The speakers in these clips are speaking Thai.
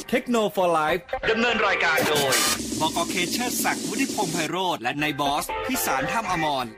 เทคโนโลยีไลฟ์ดำเนินรายการโดยบก.เคเชอร์ศักดิ์วุฒิพงษ์ไพโรจน์และนายบอสพิสารถ้ำอมร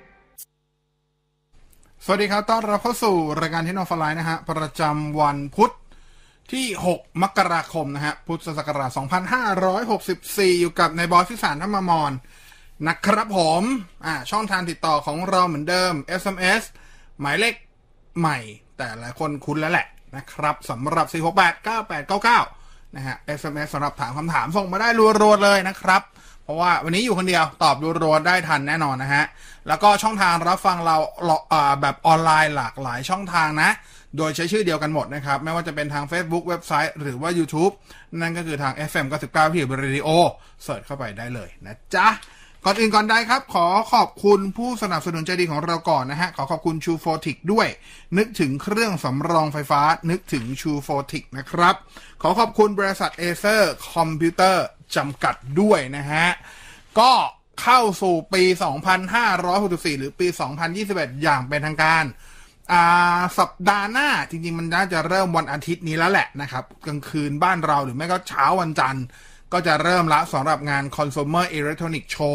สวัสดีครับต้อนรับเข้าสู่รายการเทคโนโลยีไลฟ์นะฮะประจำวันพุธที่6มกราคมนะฮะพุทธศักราช2564อยู่กับนายบอสพิสารถ้ำอมรนะครับผมช่องทางติดต่อของเราเหมือนเดิม SMS หมายเลขใหม่แต่หลายคนคุ้นแล้วแหละนะครับสำหรับ 4689899 นะฮะ SMS สำหรับถามคำถามส่งมาได้รัวๆเลยนะครับเพราะว่าวันนี้อยู่คนเดียวตอบรัวๆได้ทันแน่นอนนะฮะแล้วก็ช่องทางรับฟังเราแบบออนไลน์หลากหลายช่องทางนะโดยใช้ชื่อเดียวกันหมดนะครับไม่ว่าจะเป็นทาง Facebook เว็บไซต์หรือว่า YouTube นั่นก็คือทาง FM 99 ที่เรดิโอเสิร์ชเข้าไปได้เลยนะจ๊ะก่อนอื่นก่อนใดครับขอขอบคุณผู้สนับสนุนใจดีของเราก่อนนะฮะขอขอบคุณ True Fortic ด้วยนึกถึงเครื่องสำรองไฟฟ้านึกถึง True Fortic นะครับขอขอบคุณบริษัท Acer Computer จำกัดด้วยนะฮะก็เข้าสู่ปี 2564 หรือปี 2021 อย่างเป็นทางการสัปดาห์หน้าจริงๆมันน่าจะเริ่มวันอาทิตย์นี้แล้วแหละนะครับกลางคืนบ้านเราหรือไม่ก็เช้าวันจันทร์ก็จะเริ่มละสำหรับงาน Consumer Electronics Show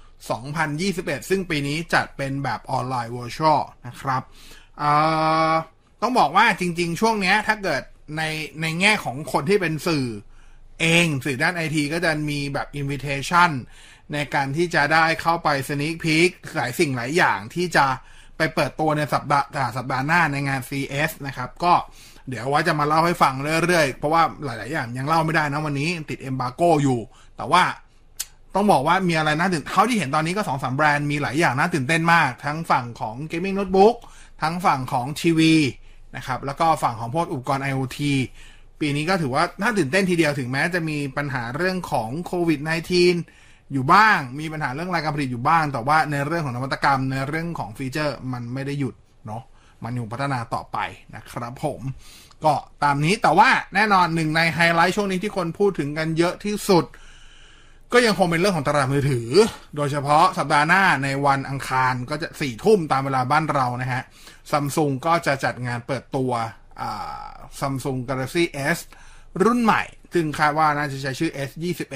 2021 ซึ่งปีนี้จัดเป็นแบบออนไลน์ Virtual นะครับต้องบอกว่าจริงๆช่วงนี้ถ้าเกิดในแง่ของคนที่เป็นสื่อสื่อด้าน IT ก็จะมีแบบ Invitation ในการที่จะได้เข้าไป Sneak Peek หลายสิ่งหลายอย่างที่จะไปเปิดตัวในสัปดาห์หน้าในงาน CS นะครับก็เดี๋ยวว่าจะมาเล่าให้ฟังเรื่อยๆเพราะว่าหลายๆอย่างยังเล่าไม่ได้นะวันนี้ติด Embargo อยู่แต่ว่าต้องบอกว่ามีอะไรน่าตื่นเท่าที่เห็นตอนนี้ก็ 2-3 แบรนด์มีหลายอย่างน่าตื่นเต้นมากทั้งฝั่งของ Gaming Notebook ทั้งฝั่งของทีวีนะครับแล้วก็ฝั่งของพวกอุปกรณ์ IoT ปีนี้ก็ถือว่าน่าตื่นเต้นทีเดียวถึงแม้จะมีปัญหาเรื่องของโควิด -19 อยู่บ้างมีปัญหาเรื่องรายการผลิตอยู่บ้างแต่ว่าในเรื่องของนวัตกรรมในเรื่องของฟีเจอร์มันไม่ได้หยุดเนาะมันอยู่พัฒนาต่อไปนะครับผมก็ตามนี้แต่ว่าแน่นอนหนึ่งในไฮไลท์ช่วงนี้ที่คนพูดถึงกันเยอะที่สุดก็ยังคงเป็นเรื่องของตลาดมือถือโดยเฉพาะสัปดาห์หน้าในวันอังคารก็จะ 4 ทุ่มตามเวลาบ้านเรานะฮะ Samsung ก็จะจัดงานเปิดตัวSamsung Galaxy S รุ่นใหม่ซึ่งคาดว่าน่าจะใช้ชื่อ S21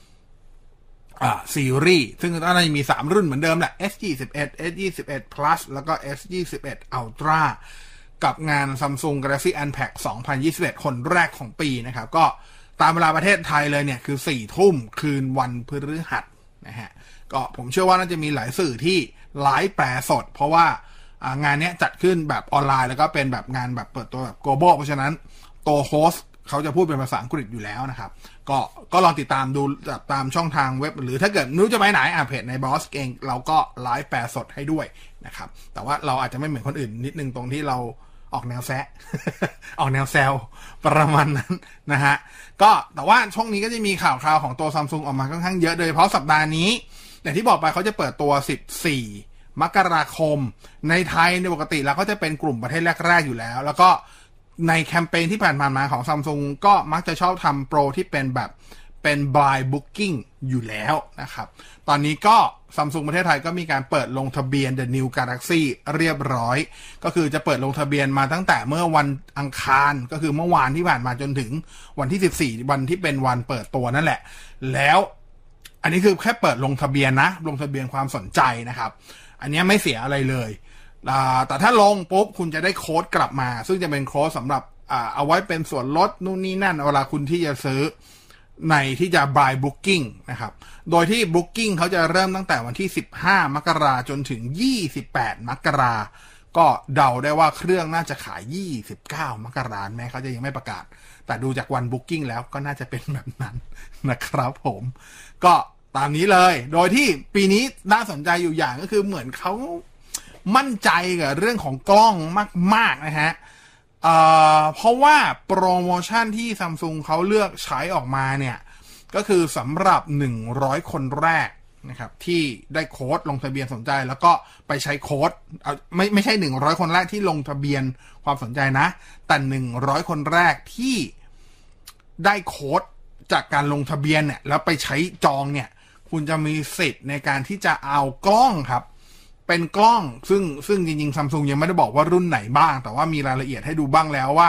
ซีรีส์ซึ่งตอนนั้นมี3รุ่นเหมือนเดิมแหละ S21 S21 Plus แล้วก็ S21 Ultra กับงาน Samsung Galaxy Unpack 2021 คนแรกของปีนะครับก็ตามเวลาประเทศไทยเลยเนี่ยคือ 4 ทุ่มคืนวันพฤหัสนะฮะก็ผมเชื่อว่าน่าจะมีหลายสื่อที่ไลฟ์แปลสดเพราะว่างานนี้จัดขึ้นแบบออนไลน์แล้วก็เป็นแบบงานแบบเปิดตัวแบบ global เพราะฉะนั้นตัวโฮสต์เขาจะพูดเป็นภาษาอังกฤษอยู่แล้วนะครับก็ลองติดตามดูตามช่องทางเว็บหรือถ้าเกิดไม่รู้จะไปไหนเพจในบอสเองเราก็ไลฟ์แปลสดให้ด้วยนะครับแต่ว่าเราอาจจะไม่เหมือนคนอื่นนิดนึงตรงที่เราออกแนวแซะ ออกแนวแซวประมาณนั้นนะฮะก็แต่ว่าช่วงนี้ก็จะมีข่าวของตัว Samsung ออกมาค่อนข้างเยอะโดยเฉพาะสัปดาห์นี้อย่างที่บอกไปเขาจะเปิดตัว14มกราคมในไทยในปกติแล้วก็จะเป็นกลุ่มประเทศแรกๆอยู่แล้วก็ในแคมเปญที่ผ่านมาของ Samsung ก็มักจะชอบทำโปรที่เป็นแบบเป็น blind booking อยู่แล้วนะครับตอนนี้ก็ Samsung ประเทศไทยก็มีการเปิดลงทะเบียน The New Galaxy เรียบร้อยก็คือจะเปิดลงทะเบียนมาตั้งแต่เมื่อวันอังคารก็คือเมื่อวานที่ผ่านมาจนถึงวันที่14วันที่เป็นวันเปิดตัวนั่นแหละแล้วอันนี้คือแค่เปิดลงทะเบียนนะลงทะเบียนความสนใจนะครับอันนี้ไม่เสียอะไรเลยแต่ถ้าลงปุ๊บคุณจะได้โค้ดกลับมาซึ่งจะเป็นโค้ดสำหรับเอาไว้เป็นส่วนลดนู่นนี่นั่นเวลาคุณที่จะซื้อในที่จะ buy booking นะครับโดยที่ booking เขาจะเริ่มตั้งแต่วันที่15มกราจนถึง28มกราก็เดาได้ว่าเครื่องน่าจะขาย29มกราแม้เขาจะยังไม่ประกาศแต่ดูจากวัน booking แล้วก็น่าจะเป็นแบบนั้นนะครับผมก็ตามนี้เลยโดยที่ปีนี้น่าสนใจอยู่อย่างก็คือเหมือนเขามั่นใจกับเรื่องของกล้องมากๆนะฮะเพราะว่าโปรโมชั่นที่ Samsung เขาเลือกใช้ออกมาเนี่ยก็คือสำหรับ100คนแรกนะครับที่ได้โค้ดลงทะเบียนสนใจแล้วก็ไปใช้โค้ดไม่ใช่100คนแรกที่ลงทะเบียนความสนใจนะแต่100คนแรกที่ได้โค้ดจากการลงทะเบียนเนี่ยแล้วไปใช้จองเนี่ยคุณจะมีสิทธิ์ในการที่จะเอากล้องครับเป็นกล้องซึ่งจริงๆ Samsung ยังไม่ได้บอกว่ารุ่นไหนบ้างแต่ว่ามีรายละเอียดให้ดูบ้างแล้วว่า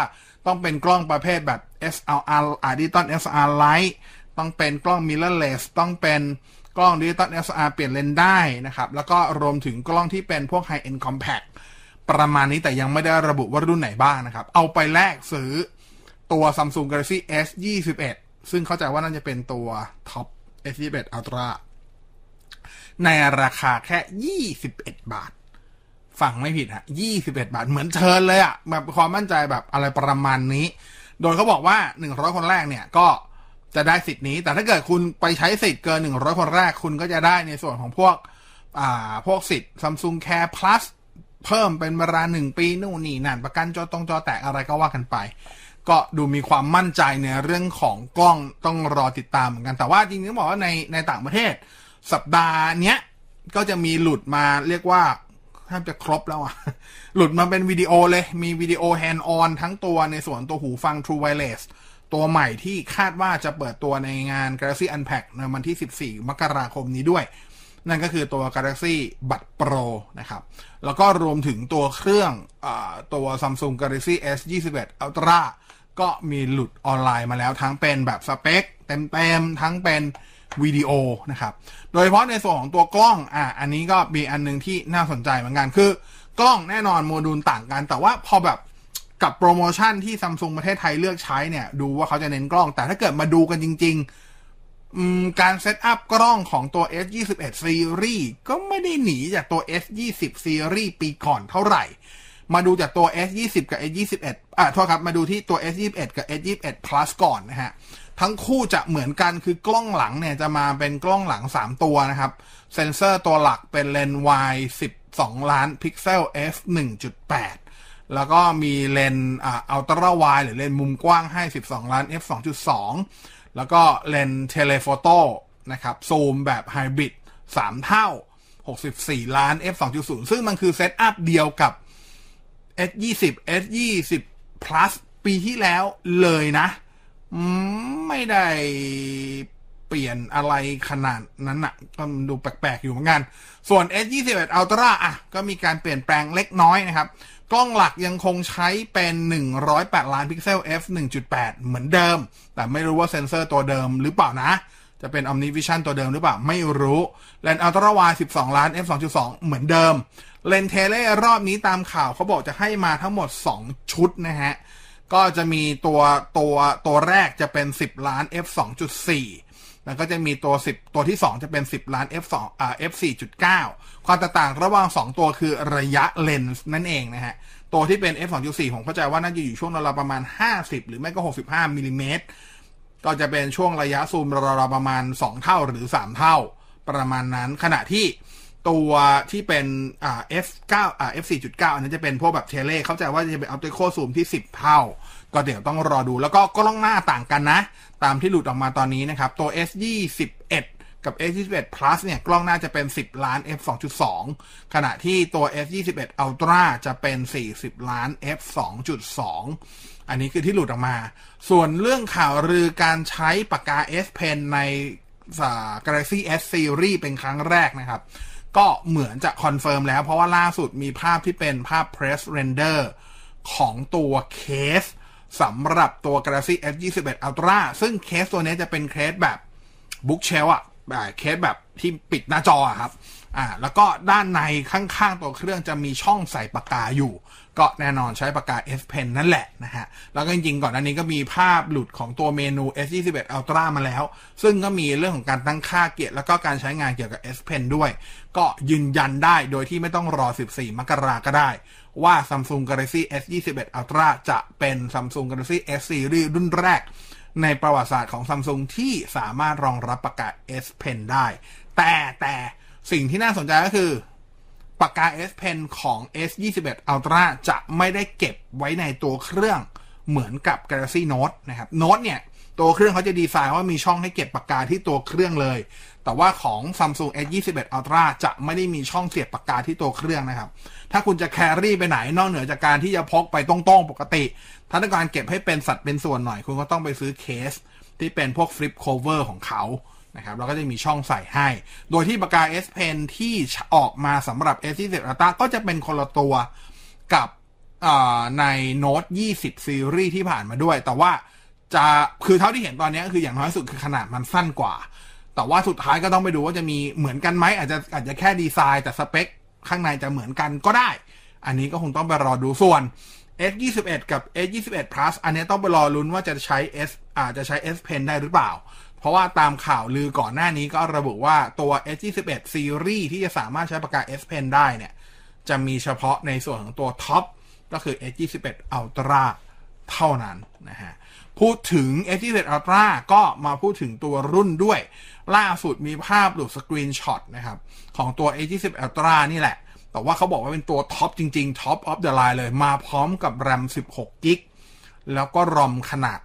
ต้องเป็นกล้องประเภทแบบ SLR Digital SLR Lite ต้องเป็นกล้อง mirrorless ต้องเป็นกล้อง Digital SLR เปลี่ยนเลนส์ได้นะครับแล้วก็รวมถึงกล้องที่เป็นพวก High End Compact ประมาณนี้แต่ยังไม่ได้ระบุว่ารุ่นไหนบ้างนะครับเอาไปแลกซื้อตัว Samsung Galaxy S21 ซึ่งเข้าใจว่าน่าจะเป็นตัว Top S21 Ultra ในราคาแค่21 บาทฟังไม่ผิดฮะ21 บาทเหมือนเชิญเลยอะแบบความมั่นใจแบบอะไรประมาณนี้โดยเขาบอกว่า100คนแรกเนี่ยก็จะได้สิทธิ์นี้แต่ถ้าเกิดคุณไปใช้สิทธิ์เกิน100คนแรกคุณก็จะได้ในส่วนของพวกสิทธิ์ Samsung Care Plus เพิ่มเป็นเวลา1 ปีนู่นนี่นั่นประกันจอแตกอะไรก็ว่ากันไปก็ดูมีความมั่นใจในเรื่องของกล้องต้องรอติดตามเหมือนกันแต่ว่าจริงๆต้องบอกว่าในต่างประเทศสัปดาห์เนี้ยก็จะมีหลุดมาเรียกว่าแทบจะครบแล้วอะหลุดมาเป็นวิดีโอเลยมีวิดีโอ hand on ทั้งตัวในส่วนตัวหูฟัง True Wireless ตัวใหม่ที่คาดว่าจะเปิดตัวในงาน Galaxy Unpacked ในวันที่14 มกราคมนี้ด้วยนั่นก็คือตัว Galaxy Buds Pro นะครับแล้วก็รวมถึงตัวเครื่องตัว Samsung Galaxy S21 Ultra ก็มีหลุดออนไลน์มาแล้วทั้งเป็นแบบสเปคเต็มทั้งเป็นวิดีโอนะครับโดยเฉพาะในส่วนของตัวกล้องอันนี้ก็มีอันนึงที่น่าสนใจเหมือนกันคือกล้องแน่นอนโมดูลต่างกันแต่ว่าพอแบบกับโปรโมชั่นที่ Samsung ประเทศไทยเลือกใช้เนี่ยดูว่าเขาจะเน้นกล้องแต่ถ้าเกิดมาดูกันจริงๆการเซตอัพกล้องของตัว S21 Series ก็ไม่ได้หนีจากตัว S20 Series ปีก่อนเท่าไหร่มาดูจากตัว S20 กับ S21 โทษครับมาดูที่ตัว S21 กับ S21 Plus ก่อนนะฮะทั้งคู่จะเหมือนกันคือกล้องหลังเนี่ยจะมาเป็นกล้องหลัง3ตัวนะครับเซนเซอร์ตัวหลักเป็นเลนส์ wide 12 ล้านพิกเซล f 1.8 แล้วก็มีเลนส์อัลตร้าไวด์หรือเลนส์มุมกว้างให้12 ล้าน f 2.2 แล้วก็เลนส์เทเลโฟโต้นะครับซูมแบบไฮบริด3 เท่า64 ล้าน f 2.0 ซึ่งมันคือเซตอัพเดียวกับ S20 S20 Plus ปีที่แล้วเลยนะไม่ได้เปลี่ยนอะไรขนาดนั้นน่ะก็ดูแปลกๆอยู่เหมือนกันส่วน S21 Ultra ก็มีการเปลี่ยนแปลงเล็กน้อยนะครับกล้องหลักยังคงใช้เป็น108 ล้านพิกเซล f 1.8 เหมือนเดิมแต่ไม่รู้ว่าเซ็นเซอร์ตัวเดิมหรือเปล่านะจะเป็น OmniVision ตัวเดิมหรือเปล่าไม่รู้เลนส์ Ultra Wide 12 ล้าน f 2.2 เหมือนเดิมเลนส์เทเลรอบนี้ตามข่าวเขาบอกจะให้มาทั้งหมด2ชุดนะฮะก็จะมีตัวแรกจะเป็น10 ล้าน f 2.4 แล้วก็จะมีตัวที่2จะเป็น10 ล้าน f 4.9 ความแตกต่างระหว่าง2ตัวคือระยะเลนส์นั่นเองนะฮะตัวที่เป็น f 2.4 ผมเข้าใจว่าน่าจะอยู่ช่วงราวๆประมาณ50หรือไม่ก็65มิลลิเมตรก็จะเป็นช่วงระยะซูมราวๆประมาณ2เท่าหรือ3เท่าประมาณนั้นขณะที่ตัวที่เป็นf9 f 4.9 อันนั้นจะเป็นพวกแบบเทเลเข้าใจว่าจะเป็น optical zoom ที่10เท่าก็เดี๋ยวต้องรอดูแล้วก็กล้องหน้าต่างกันนะตามที่หลุดออกมาตอนนี้นะครับตัว S21 กับ S21 Plus เนี่ยกล้องหน้าจะเป็น10 ล้าน f 2.2 ขณะที่ตัว S21 Ultra จะเป็น40 ล้าน f 2.2 อันนี้คือที่หลุดออกมาส่วนเรื่องข่าวลือการใช้ปากกา S Pen ในGalaxy S Series เป็นครั้งแรกนะครับก็เหมือนจะคอนเฟิร์มแล้วเพราะว่าล่าสุดมีภาพที่เป็นภาพ Press Render ของตัวเคสสำหรับตัว Galaxy S21 Ultra ซึ่งเคสตัวนี้จะเป็นเคสแบบ Bookshelf แบบเคสแบบที่ปิดหน้าจอครับแล้วก็ด้านในข้างๆตัวเครื่องจะมีช่องใส่ปากกาอยู่ก็แน่นอนใช้ปากกา S Pen นั่นแหละนะฮะแล้วก็จริงๆก่อนหน้านี้ก็มีภาพหลุดของตัวเมนู S21 Ultra มาแล้วซึ่งก็มีเรื่องของการตั้งค่าเกียร์แล้วก็การใช้งานเกี่ยวกับ S Pen ด้วยก็ยืนยันได้โดยที่ไม่ต้องรอ14 มกราคมก็ได้ว่า Samsung Galaxy S21 Ultra จะเป็น Samsung Galaxy S Series รุ่นแรกในประวัติศาสตร์ของ Samsung ที่สามารถรองรับปากกา S Pen ได้แต่สิ่งที่น่าสนใจก็คือปากกา S Pen ของ S21 Ultra จะไม่ได้เก็บไว้ในตัวเครื่องเหมือนกับ Galaxy Note นะครับ Note เนี่ยตัวเครื่องเขาจะดีไซน์ว่ามีช่องให้เก็บปากกาที่ตัวเครื่องเลยแต่ว่าของ Samsung S21 Ultra จะไม่ได้มีช่องเสียบปากกาที่ตัวเครื่องนะครับถ้าคุณจะแครี่ไปไหนนอกเหนือจากการที่จะพกไปตรงๆปกติถ้าต้องการเก็บให้เป็นสัดเป็นส่วนหน่อยคุณก็ต้องไปซื้อเคสที่เป็นพวก Flip Cover ของเขานะครับแล้วก็จะมีช่องใส่ให้โดยที่ปากกา S Pen ที่ออกมาสำหรับ S21 Ultra ก็จะเป็นคนละตัวกับใน Note 20 ซีรีส์ที่ผ่านมาด้วยแต่ว่าจะคือเท่าที่เห็นตอนนี้คืออย่างน้อยสุดคือขนาดมันสั้นกว่าแต่ว่าสุดท้ายก็ต้องไปดูว่าจะมีเหมือนกันไหมอาจจะแค่ดีไซน์แต่สเปคข้างในจะเหมือนกันก็ได้อันนี้ก็คงต้องไปรอดูส่วน S21 กับ S21 Plus อันนี้ต้องไปรอลุ้นว่าจะใช้ จะใช้ S Pen ได้หรือเปล่าเพราะว่าตามข่าวลือก่อนหน้านี้ก็ระบุว่าตัว S21 ซีรีส์ที่จะสามารถใช้ปากกา S Pen ได้เนี่ยจะมีเฉพาะในส่วนของตัวท็อปก็คือ S21 Ultra เท่านั้นนะฮะพูดถึง S21 Ultra ก็มาพูดถึงตัวรุ่นด้วยล่าสุดมีภาพหลุดสกรีนช็อตนะครับของตัว S21 Ultra นี่แหละแต่ว่าเขาบอกว่าเป็นตัวท็อปจริงๆ Top of the line เลยมาพร้อมกับ RAM 16 GB แล้วก็ ROM ขนาด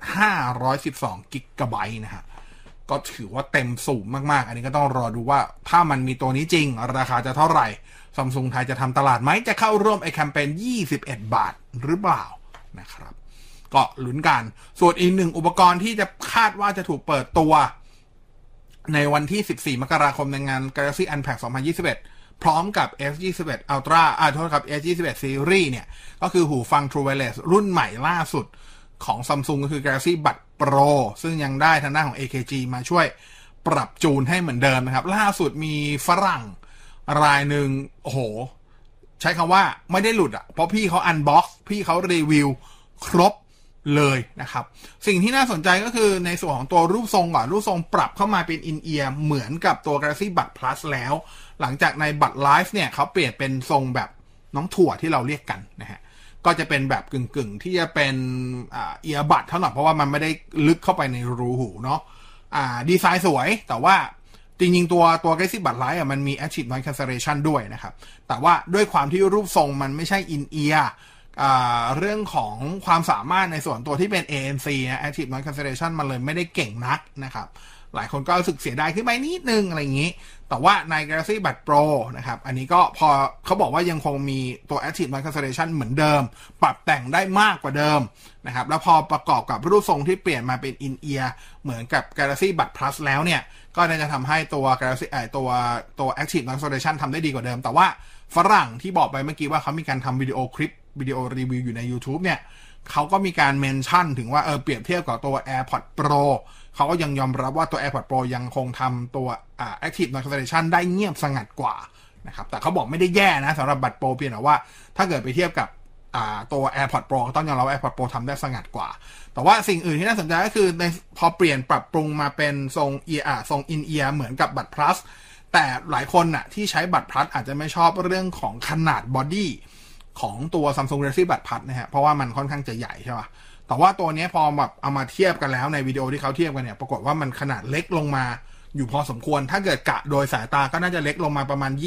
512 GB นะฮะก็ถือว่าเต็มสูงมากๆอันนี้ก็ต้องรอดูว่าถ้ามันมีตัวนี้จริงราคาจะเท่าไหร่ Samsung ไทยจะทำตลาดไหมจะเข้าร่วมไอ้แคมเปญ21 บาทหรือเปล่านะครับก็ลุ้นกันส่วนอีกหนึ่งอุปกรณ์ที่จะคาดว่าจะถูกเปิดตัวในวันที่14 มกราคมในงาน Galaxy Unpack 2021 พร้อมกับ S21 Ultra โทษครับ S21 Series เนี่ยก็คือหูฟัง True Wireless รุ่นใหม่ล่าสุดของ Samsung ก็คือ Galaxy Buds Pro ซึ่งยังได้ทางด้านของ AKG มาช่วยปรับจูนให้เหมือนเดิมนะครับล่าสุดมีฝรั่งรายหนึ่งโอ้โหใช้คำว่าไม่ได้หลุดเพราะพี่เขาอันบ็อกซ์พี่เขารีวิวครบเลยนะครับสิ่งที่น่าสนใจก็คือในส่วนของตัวรูปทรงก่อนรูปทรงปรับเข้ามาเป็นอินเอียร์เหมือนกับตัว Galaxy Buds Plus แล้วหลังจากใน Buds Live เนี่ยเขาเปลี่ยนเป็นทรงแบบน้องถั่วที่เราเรียกกันนะฮะก็จะเป็นแบบกึ่งที่จะเป็นเอียร์บัดเท่านั้นเพราะว่ามันไม่ได้ลึกเข้าไปในรูหูเนาะดีไซน์สวยแต่ว่าจริงๆตัว Galaxy Buds Live มันมี Active Noise Cancellation ด้วยนะครับแต่ว่าด้วยความที่รูปทรงมันไม่ใช่อินเอียร์เรื่องของความสามารถในส่วนตัวที่เป็น ANC นะ Active Noise Cancellation มันเลยไม่ได้เก่งนักนะครับหลายคนก็รู้สึกเสียดายขึ้นไปนิดนึงอะไรอย่างนี้แต่ว่าใน Galaxy Buds Pro นะครับอันนี้ก็พอเขาบอกว่ายังคงมีตัว Active Noise Cancellation เหมือนเดิมปรับแต่งได้มากกว่าเดิมนะครับแล้วพอประกอบกับรูปทรงที่เปลี่ยนมาเป็น In-ear เหมือนกับ Galaxy Buds Plus แล้วเนี่ยก็จะทำให้ตัว Galaxy ตัว Active Noise Cancellation ทำได้ดีกว่าเดิมแต่ว่าฝรั่งที่บอกไปเมื่อกี้ว่าเขามีการทำวิดีโอรีวิวอยู่ใน YouTube เนี่ยเขาก็มีการเมนชั่นถึงว่าเปรียบเทียบกับตัว AirPods Pro เขาก็ยังยอมรับว่าตัว AirPods Pro ยังคงทำตัวActive Noise Cancellation ได้เงียบสงัดกว่านะครับแต่เขาบอกไม่ได้แย่นะสำหรับบัตร Pro เพียงแต่ว่าถ้าเกิดไปเทียบกับตัว AirPods Pro ก็ต้องยอมรับว่า AirPods Pro ทำได้สงัดกว่าแต่ว่าสิ่งอื่นที่น่าสนใจก็คือในพอเปลี่ยนปรับปรุงมาเป็นทรง ทรง In-ear เหมือนกับบัตร Plus แต่หลายคนน่ะที่ใช้บัตร Plus อาจจะไม่ชอบเรื่องของขนาดบอดี้ของตัว Samsung Galaxy Buds Plus นะฮะเพราะว่ามันค่อนข้างจะใหญ่ใช่ป่ะแต่ว่าตัวนี้พอแบบเอามาเทียบกันแล้วในวิดีโอที่เขาเทียบกันเนี่ยปรากฏว่ามันขนาดเล็กลงมาอยู่พอสมควรถ้าเกิดกะโดยสายตาก็น่าจะเล็กลงมาประมาณ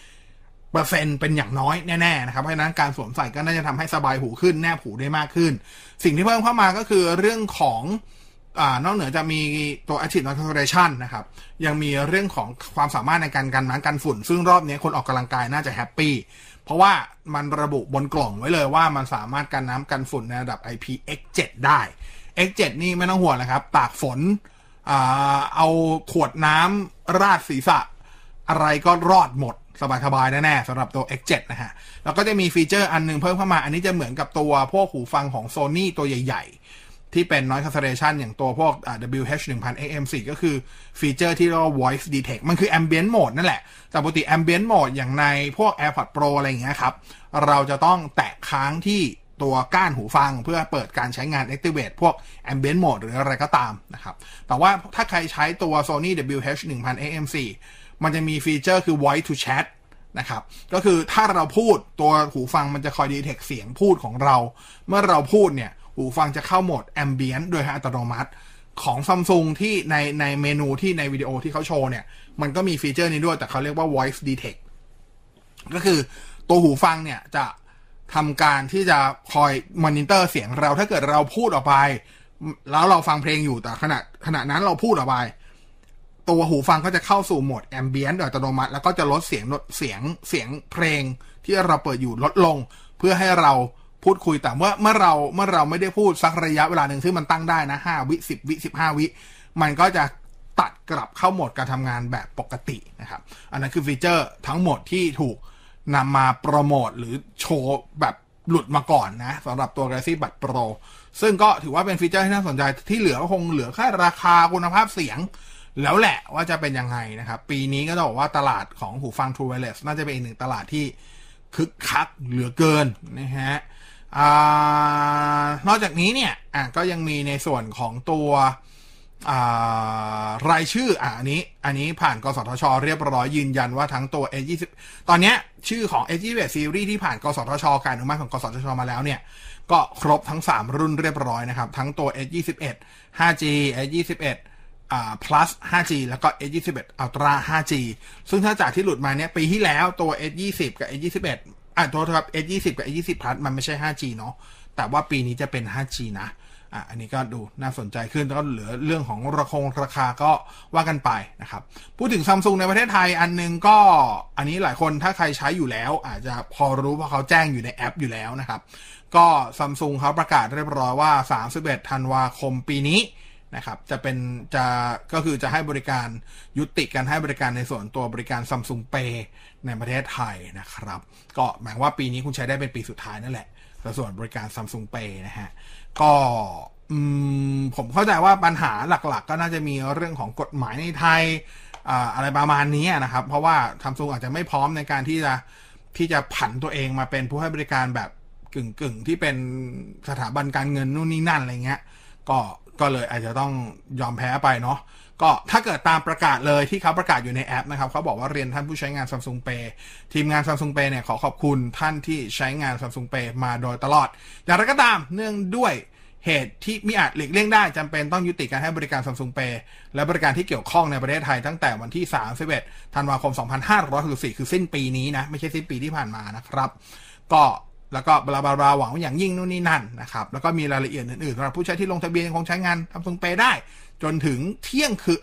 20% เป็นอย่างน้อยแน่ๆนะครับเพราะฉะนั้นการสวมใส่ก็น่าจะทำให้สบายหูขึ้นแนบหูได้มากขึ้นสิ่งที่เพิ่มเข้ามาก็คือเรื่องของนอกเหนือจะมีตัว Active Noise Cancellation นะครับยังมีเรื่องของความสามารถในการกันน้ำกันฝุ่นซึ่งรอบนี้คนออกกำลังกายน่าจะแฮปปี้เพราะว่ามันระบุบนกล่องไว้เลยว่ามันสามารถกันน้ำกันฝุ่นในระดับ IPX7 ได้ X7 นี่ไม่ต้องห่วงนะครับตากฝนเอาขวดน้ำราดศีรษะอะไรก็รอดหมดสบายๆแน่ๆสำหรับตัว X7 นะฮะแล้วก็จะมีฟีเจอร์อันนึงเพิ่มเข้ามาอันนี้จะเหมือนกับตัวพวกหูฟังของ Sony ตัวใหญ่ๆที่เป็น Noise Cancellation อย่างตัวพวกWH-1000 AM4 ก็คือฟีเจอร์ที่เรียกว่า Voice Detect มันคือ Ambient Mode นั่นแหละแต่ปกติ Ambient Mode อย่างในพวก AirPods Pro อะไรอย่างเงี้ยครับเราจะต้องแตะค้างที่ตัวก้านหูฟังเพื่อเปิดการใช้งาน Activate พวก Ambient Mode หรืออะไรก็ตามนะครับแต่ว่าถ้าใครใช้ตัว Sony WH-1000 AM4 มันจะมีฟีเจอร์คือ Voice to Chat นะครับก็คือถ้าเราพูดตัวหูฟังมันจะคอย detect เสียงพูดของเราเมื่อเราพูดเนี่ยหูฟังจะเข้าโหมด Ambient โดยอัตโนมัติของ Samsung ที่ในเมนูที่ในวิดีโอที่เขาโชว์เนี่ยมันก็มีฟีเจอร์นี้ด้วยแต่เขาเรียกว่า Voice Detect ก็คือตัวหูฟังเนี่ยจะทำการที่จะคอยมอนิเตอร์เสียงเราถ้าเกิดเราพูดออกไปแล้วเราฟังเพลงอยู่แต่ขณะนั้นเราพูดออกไปตัวหูฟังก็จะเข้าสู่โหมด Ambient โดยอัตโนมัติแล้วก็จะลดเสียงเพลงที่เราเปิดอยู่ลดลงเพื่อให้เราพูดคุยแต่เมื่อเราไม่ได้พูดสักระยะเวลาหนึ่งซึ่งมันตั้งได้นะ5 วิ 10 วิ 15 วิมันก็จะตัดกลับเข้าโหมดการทำงานแบบปกตินะครับอันนั้นคือฟีเจอร์ทั้งหมดที่ถูกนำมาโปรโมทหรือโชว์แบบหลุดมาก่อนนะสำหรับตัว Galaxy Buds Pro ซึ่งก็ถือว่าเป็นฟีเจอร์ที่น่าสนใจที่เหลือก็คงเหลือแค่ราคาคุณภาพเสียงแล้วแหละว่าจะเป็นยังไงนะครับปีนี้ก็ต้องบอกว่าตลาดของหูฟัง True Wireless น่าจะเป็นอีกหนึ่งตลาดที่คึกคักเหลือเกินนะฮะนอกจากนี้เนี่ยก็ยังมีในส่วนของตัวรายชื่ออันนี้ผ่านกสทช.เรียบร้อยยืนยันว่าทั้งตัว S20 ตอนนี้ชื่อของ S21 Series ที่ผ่านกสทช.การอนุมัติของกสทช.มาแล้วเนี่ยก็ครบทั้ง3รุ่นเรียบร้อยนะครับทั้งตัว S21 5G S21 plus 5G แล้วก็ S21 Ultra 5G ซึ่งถ้าจากที่หลุดมาเนี่ยปีที่แล้วตัว S20 กับ S21 ตัวครับ S20 กับ S20 plus มันไม่ใช่ 5G เนาะแต่ว่าปีนี้จะเป็น 5G นะอันนี้ก็ดูน่าสนใจขึ้นแล้วก็เหลือเรื่องของราคาก็ว่ากันไปนะครับพูดถึง Samsung ในประเทศไทยอันนึงก็อันนี้หลายคนถ้าใครใช้อยู่แล้วอาจจะพอรู้เพราะเขาแจ้งอยู่ในแอปอยู่แล้วนะครับก็ Samsung เขาประกาศเรียบร้อยว่า31ธันวาคมปีนี้นะครับก็คือจะให้บริการยุติการให้บริการในส่วนตัวบริการ Samsung Pay ในประเทศไทยนะครับก็หมายว่าปีนี้คุณใช้ได้เป็นปีสุดท้ายนั่นแหละส่วนบริการ Samsung Pay นะฮะก็ผมเข้าใจว่าปัญหาหลักๆก็น่าจะมีเรื่องของกฎหมายในไทยอะไรประมาณนี้นะครับเพราะว่า Samsung อาจจะไม่พร้อมในการที่จะผันตัวเองมาเป็นผู้ให้บริการแบบกึ่งที่เป็นสถาบันการเงินนู่นนี่นั่นอะไรเงี้ยก็เลยอาจจะต้องยอมแพ้ไปเนาะก็ถ้าเกิดตามประกาศเลยที่เขาประกาศอยู่ในแอปนะครับเขาบอกว่าเรียนท่านผู้ใช้งาน Samsung Pay ทีมงาน Samsung Pay เนี่ยขอขอบคุณท่านที่ใช้งาน Samsung Pay มาโดยตลอดอย่างไรก็ตามเนื่องด้วยเหตุที่มิอาจหลีกเลี่ยงได้จำเป็นต้องยุติการให้บริการ Samsung Pay และบริการที่เกี่ยวข้องในประเทศไทยตั้งแต่วันที่31ธันวาคม2564คือสิ้นปีนี้นะไม่ใช่สิ้นปีที่ผ่านมานะครับก็แล้วก็บลาบลาหวังอย่างยิ่งนู่นนี่นั่นนะครับแล้วก็มีรายละเอียดอื่นๆสำหรับผู้ใช้ที่ลงทะเบียนคงใช้งาน Samsung Pay ได้จนถึงเที่ยงคือ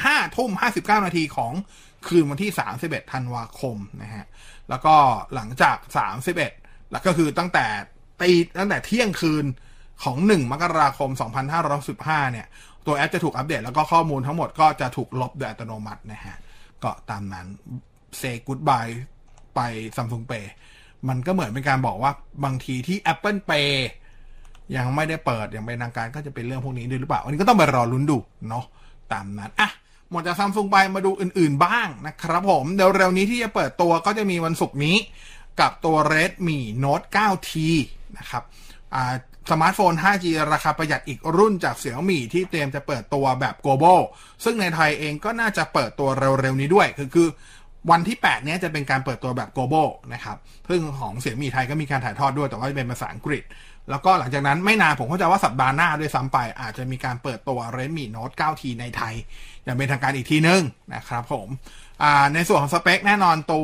5:59 นาทีของคืนวันที่31ธันวาคมนะฮะแล้วก็หลังจาก31แล้วก็คือตั้งแต่เที่ยงคืนของ1มกราคม2515เนี่ยตัวแอปจะถูกอัปเดตแล้วก็ข้อมูลทั้งหมดก็จะถูกลบโดยอัตโนมัตินะฮะก็ตามนั้น say goodbye ไป Samsung Pay มันก็เหมือนเป็นการบอกว่าบางทีที่ Apple Pay ยังไม่ได้เปิดอย่างเป็นทางการก็จะเป็นเรื่องพวกนี้ด้วยหรือเปล่าอันนี้ก็ต้องไปรอลุ้นดูเนาะตามนั้นหมดจาก Samsung ไปมาดูอื่นๆบ้างนะครับผมเดี๋ยวเร็วนี้ที่จะเปิดตัวก็จะมีวันศุกร์นี้กับตัว Redmi Note 9T นะครับสมาร์ทโฟน 5G ราคาประหยัดอีกรุ่นจาก Xiaomi ที่เตรียมจะเปิดตัวแบบ Global ซึ่งในไทยเองก็น่าจะเปิดตัวเร็วๆนี้ด้วยคือวันที่8เนี้ยจะเป็นการเปิดตัวแบบ Global นะครับซึ่งของ Xiaomi ไทยก็มีการถ่ายทอดด้วยแต่ว่าจะเป็นภาษาอังกฤษแล้วก็หลังจากนั้นไม่นานผมเข้าใจว่าสัปดาห์หน้าด้วยซ้ำไปอาจจะมีการเปิดตัว Redmi Note 9T ในไทยอย่างเป็นทางการอีกทีนึงนะครับผมในส่วนของสเปคแน่นอนตัว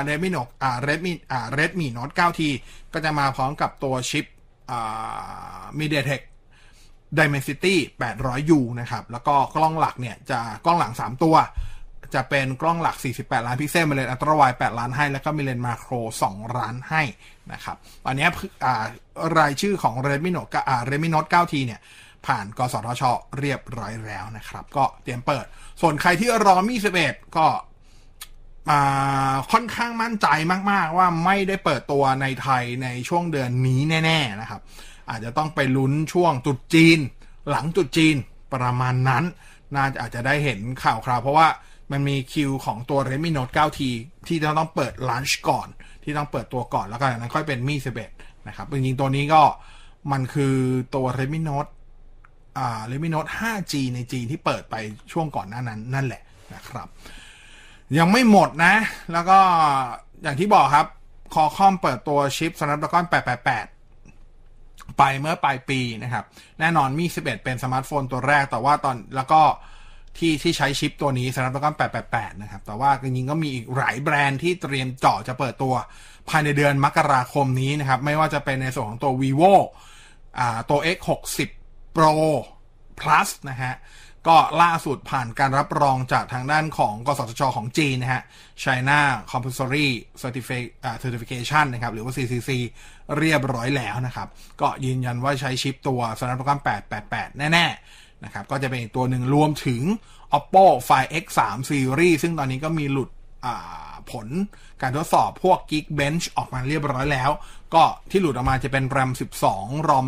Redmi Note 9T ก็จะมาพร้อมกับตัวชิปMediaTek Dimensity 800U นะครับแล้วก็กล้องหลักเนี่ยจะกล้องหลัง3ตัวจะเป็นกล้องหลัก48ล้านพิกเซลมีเลนส์อัลตร้าไวด์8ล้านให้แล้วก็มีเลนส์มาโคร2ล้านให้นะครับตอนนี้รายชื่อของ Redmi Note 9T เนี่ยผ่านกสทช.เรียบร้อยแล้วนะครับก็เตรียมเปิดส่วนใครที่รอMi 11ก็ค่อนข้างมั่นใจมากๆว่าไม่ได้เปิดตัวในไทยในช่วงเดือนนี้แน่ๆนะครับอาจจะต้องไปลุ้นช่วงตรุษจีนหลังตรุษจีนประมาณนั้นน่าจะอาจจะได้เห็นข่าวคราวเพราะว่ามันมีคิวของตัว Redmi Note 9T ที่จะต้องเปิดลันช์ก่อนที่ต้องเปิดตัวก่อนแล้วก็จากนั้นค่อยเป็นMi 11นะครับจริงๆตัวนี้ก็มันคือตัว Redmi Note 5G ในจีนที่เปิดไปช่วงก่อนหน้านั้นนั่นแหละนะครับยังไม่หมดนะแล้วก็อย่างที่บอกครับQualcommเปิดตัวชิป Snapdragon 888ไปเมื่อปลายปีนะครับแน่นอนMi 11เป็นสมาร์ทโฟนตัวแรกแต่ว่าแล้วก็ที่ใช้ชิปตัวนี้ Snapdragon 888นะครับแต่ว่าจริงๆก็มีอีกหลายแบรนด์ที่เตรียมเจาะจะเปิดตัวภายในเดือนมกราคมนี้นะครับไม่ว่าจะเป็นในส่วนของตัว Vivo ตัว X60 Pro Plus นะฮะก็ล่าสุดผ่านการรับรองจากทางด้านของกสทช.ของจีนนะฮะ China Compulsory Certification นะครับหรือว่า CCC เรียบร้อยแล้วนะครับก็ยืนยันว่าใช้ชิปตัว Snapdragon 888แน่ๆนะครับก็จะเป็นอีกตัวหนึ่งรวมถึง Oppo Find X3 Series ซึ่งตอนนี้ก็มีหลุดผลการทดสอบพวก Geekbench ออกมาเรียบร้อยแล้วก็ที่หลุดออกมาจะเป็น RAM 12 ROM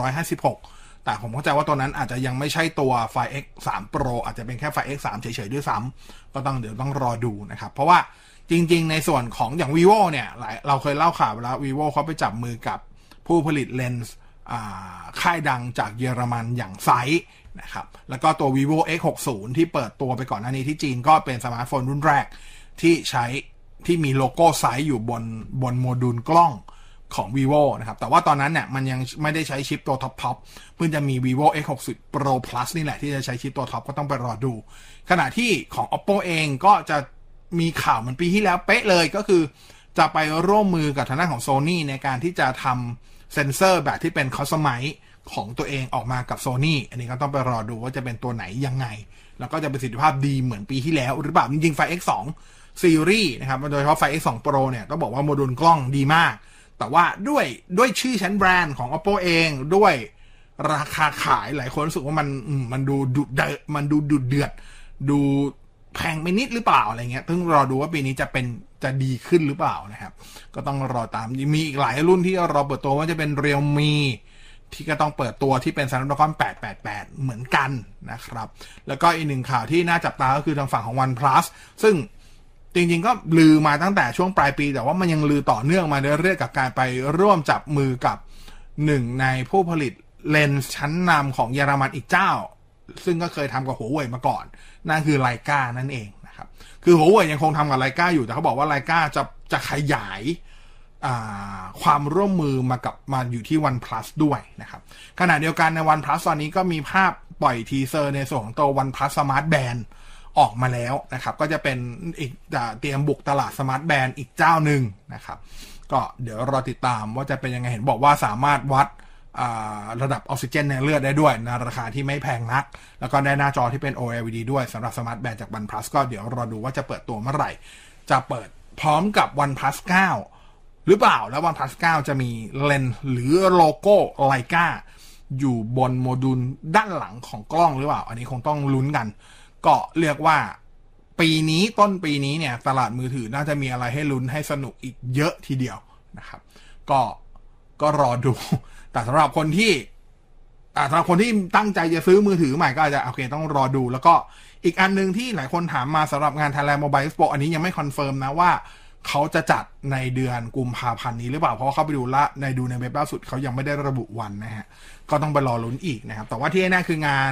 256แต่ผมเข้าใจว่าตัวนั้นอาจจะยังไม่ใช่ตัว Find X3 Pro อาจจะเป็นแค่ Find X3 เฉยๆด้วยซ้ำก็เดี๋ยวต้องรอดูนะครับเพราะว่าจริงๆในส่วนของอย่าง vivo เนี่ยเราเคยเล่าข่าวไปแล้ว vivo เขาไปจับมือกับผู้ผลิตเลนส์ค่ายดังจากเยอรมันอย่างไซส์นะครับแล้วก็ตัว vivo X60 ที่เปิดตัวไปก่อนหน้านี้ที่จีนก็เป็นสมาร์ทโฟนรุ่นแรกที่มีโลโก้ไซส์อยู่บนโมดูลกล้องของ vivo นะครับแต่ว่าตอนนั้นเนี่ยมันยังไม่ได้ใช้ชิปตัวท็อปเพิ่งจะมี vivo X60 Pro Plus นี่แหละที่จะใช้ชิปตัวท็อปก็ต้องไปรอดูขณะที่ของ oppo เองก็จะมีข่าวเหมือนปีที่แล้วเป๊ะเลยก็คือจะไปร่วมมือกับทางด้านของ Sony ในการที่จะทำเซ็นเซอร์แบบที่เป็น customize ของตัวเองออกมากับ Sony อันนี้ก็ต้องไปรอดูว่าจะเป็นตัวไหนยังไงแล้วก็จะประสิทธิภาพดีเหมือนปีที่แล้วหรือเปล่าจริงๆ Find X2 Series นะครับโดยเฉพาะ Find X2 Pro เนี่ยต้องบอกว่าโมดูลกล้องดีมากแต่ว่าด้วยชื่อชั้นแบรนด์ของ oppo เองด้วยราคาขายหลายคนรู้สึกว่ามันดูดุเดือดดูแพงไปนิดหรือเปล่าอะไรเงี้ยต้องรอดูว่าปีนี้จะดีขึ้นหรือเปล่านะครับก็ต้องรอตามมีอีกหลายรุ่นที่รอเปิดตัวว่าจะเป็น Realme ที่ก็ต้องเปิดตัวที่เป็น Snapdragon 888เหมือนกันนะครับแล้วก็อีกหนึ่งข่าวที่น่าจับตาก็คือทางฝั่งของ OnePlus ซึ่งจริงๆก็ลือมาตั้งแต่ช่วงปลายปีแต่ว่ามันยังลือต่อเนื่องมาเรื่อยๆกับการไปร่วมจับมือกับหนึ่งในผู้ผลิตเลนส์ชั้นนำของเยอรมันอีกเจ้าซึ่งก็เคยทำกับหัวเว่ยมาก่อนนั่นคือไลกานั่นเองนะครับคือหัวเว่ยยังคงทำกับไลกาอยู่แต่เขาบอกว่าไลกาจะขยายความร่วมมือมาอยู่ที่ OnePlus ด้วยนะครับขณะเดียวกันใน OnePlus ตอนนี้ก็มีภาพปล่อยทีเซอร์ในส่วนของตัว OnePlus Smart Band ออกมาแล้วนะครับก็จะเป็นอีกเตรียมบุกตลาด Smart Band อีกเจ้าหนึ่งนะครับก็เดี๋ยวรอติดตามว่าจะเป็นยังไงเห็นบอกว่าสามารถวัดระดับออกซิเจนในเลือดได้ด้วยในราคาที่ไม่แพงนักแล้วก็ได้หน้าจอที่เป็น OLED ด้วยสำหรับ Smart Band จาก OnePlus ก็เดี๋ยวรอดูว่าจะเปิดตัวเมื่อไหร่จะเปิดพร้อมกับ OnePlus 9 หรือเปล่าแล้ว OnePlus 9 จะมีเลนส์หรือโลโก้ไลกาอยู่บนโมดูลด้านหลังของกล้องหรือเปล่าอันนี้คงต้องลุ้นกันก็เรียกว่าต้นปีนี้เนี่ยตลาดมือถือน่าจะมีอะไรให้ลุ้นให้สนุกอีกเยอะทีเดียวนะครับก็รอดูแต่สำหรับคนที่ตั้งใจจะซื้อมือถือใหม่ก็อาจจะโอเคต้องรอดูแล้วก็อีกอันนึงที่หลายคนถามมาสำหรับงาน Thailand Mobile Expo อันนี้ยังไม่คอนเฟิร์มนะว่าเขาจะจัดในเดือนกุมภาพันธ์นี้หรือเปล่าเพราะว่าเขาไปดูในเว็บล่าสุดเขายังไม่ได้ระบุวันนะฮะก็ต้องไปรอลุ้นอีกนะครับแต่ว่าที่แน่คืองาน